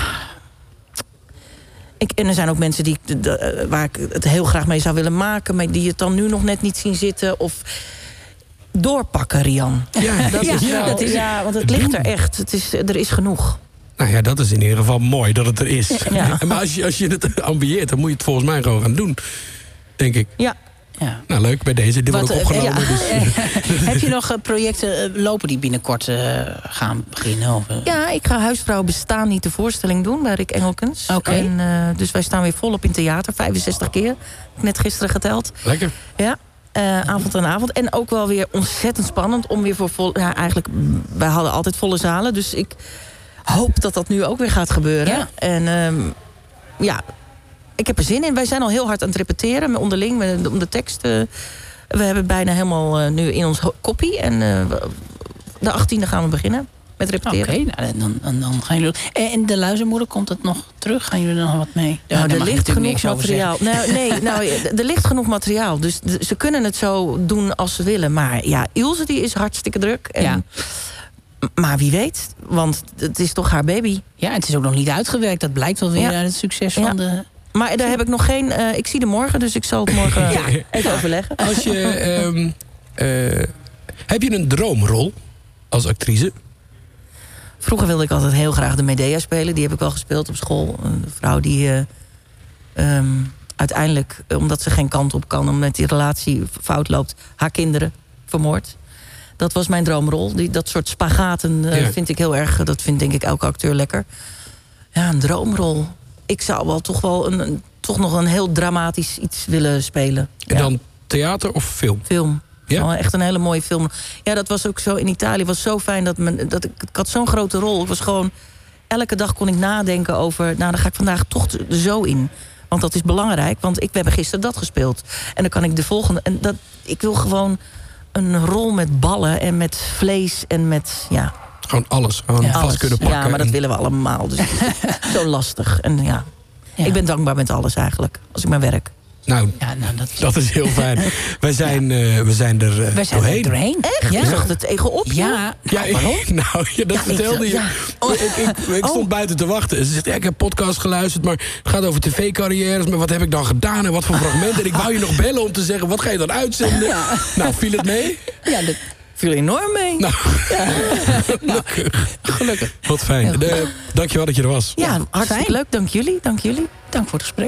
Ik, en er zijn ook mensen die, de, waar ik het heel graag mee zou willen maken... maar die het dan nu nog net niet zien zitten. Of doorpakken, Rian. Ja, dat ja, is ja, wel, dat is, ja, want het ligt er echt. Het is, er is genoeg. Nou ja, dat is in ieder geval mooi dat het er is. Ja. Maar als je, als je het ambieert, dan moet je het volgens mij gewoon gaan doen. Denk ik. Ja. Ja. Nou leuk, bij deze. Dit wordt ook opgenomen. Ja. Dus. Heb je nog uh, projecten uh, lopen die binnenkort uh, gaan beginnen? Of, uh... Ja, ik ga Huisvrouw Bestaan niet de voorstelling doen bij Rick Engelkens. Okay. En, uh, dus wij staan weer volop in theater, vijfenzestig keer. Net gisteren geteld. Lekker. Ja. Uh, avond aan avond. En ook wel weer ontzettend spannend om weer voor vol... Ja, eigenlijk, wij hadden altijd volle zalen. Dus ik hoop dat dat nu ook weer gaat gebeuren. Ja. En um, ja, ik heb er zin in. Wij zijn al heel hard aan het repeteren. Met onderling, met, om de tekst. Uh, we hebben bijna helemaal uh, nu in ons koppie. En uh, de achttiende gaan we beginnen met repeteren. Oké, okay, nou, dan, dan, dan gaan jullie... En de luizenmoeder, komt het nog terug? Gaan jullie er nog wat mee? Nou, Daar er ligt genoeg materiaal. Nou, nee, nou, er ligt genoeg materiaal. Dus de, ze kunnen het zo doen als ze willen. Maar ja, Ilse die is hartstikke druk. En, ja. Maar wie weet, want het is toch haar baby. Ja, het is ook nog niet uitgewerkt. Dat blijkt wel weer ja. uit het succes ja. van de... Maar daar heb ik nog geen... Uh, ik zie de morgen, dus ik zal het morgen ja. even ja. overleggen. Als je, um, uh, heb je een droomrol als actrice? Vroeger wilde ik altijd heel graag de Medea spelen. Die heb ik wel gespeeld op school. Een vrouw die uh, um, uiteindelijk, omdat ze geen kant op kan... omdat die relatie fout loopt, haar kinderen vermoordt. Dat was mijn droomrol. Die, dat soort spagaten uh, ja. vind ik heel erg... dat vindt denk ik elke acteur lekker. Ja, een droomrol. Ik zou wel toch wel een, een, toch nog een heel dramatisch iets willen spelen. En ja. dan theater of film? Film. Ja? Oh, echt een hele mooie film. Ja, dat was ook zo in Italië. Het was zo fijn dat, men, dat ik, ik had zo'n grote rol. Ik was gewoon... Elke dag kon ik nadenken over... Nou, daar ga ik vandaag toch zo in. Want dat is belangrijk. Want ik, we hebben gisteren dat gespeeld. En dan kan ik de volgende... En dat, ik wil gewoon een rol met ballen en met vlees en met... Ja, gewoon alles. Gewoon ja, vast alles. kunnen pakken. Ja, maar dat en... willen we allemaal. Dus zo lastig. En ja. ja, ik ben dankbaar met alles eigenlijk. Als ik maar werk. Nou, ja, nou dat... dat is heel fijn. Wij zijn, ja. uh, we zijn er uh, Wij zijn doorheen. er doorheen. Echt? Ja. Je zag het tegenop? Ja. Ja, nou, waarom? Nou, ja, dat ja, vertelde ik, je. Ja. Oh. Ik, ik, ik stond oh. buiten te wachten. En ze zegt, ja, ik heb podcast geluisterd, maar het gaat over tv-carrières. Maar wat heb ik dan gedaan en wat voor fragmenten? En ik wou je nog bellen om te zeggen, wat ga je dan uitzenden? Ja. Nou, viel het mee? Ja, dat viel enorm mee. Nou, ja. gelukkig. Gelukkig. Wat fijn. De, dankjewel dat je er was. Ja, ja hartstikke leuk. Dank jullie. Dank jullie. Dank voor het gesprek.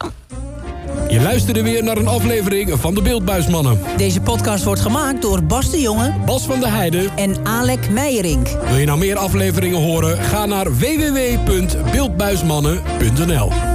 Je luisterde weer naar een aflevering van de Beeldbuismannen. Deze podcast wordt gemaakt door Bas de Jonge, Bas van der Heijden en Alec Meijerink. Wil je nou meer afleveringen horen? Ga naar w w w punt beeldbuismannen punt n l.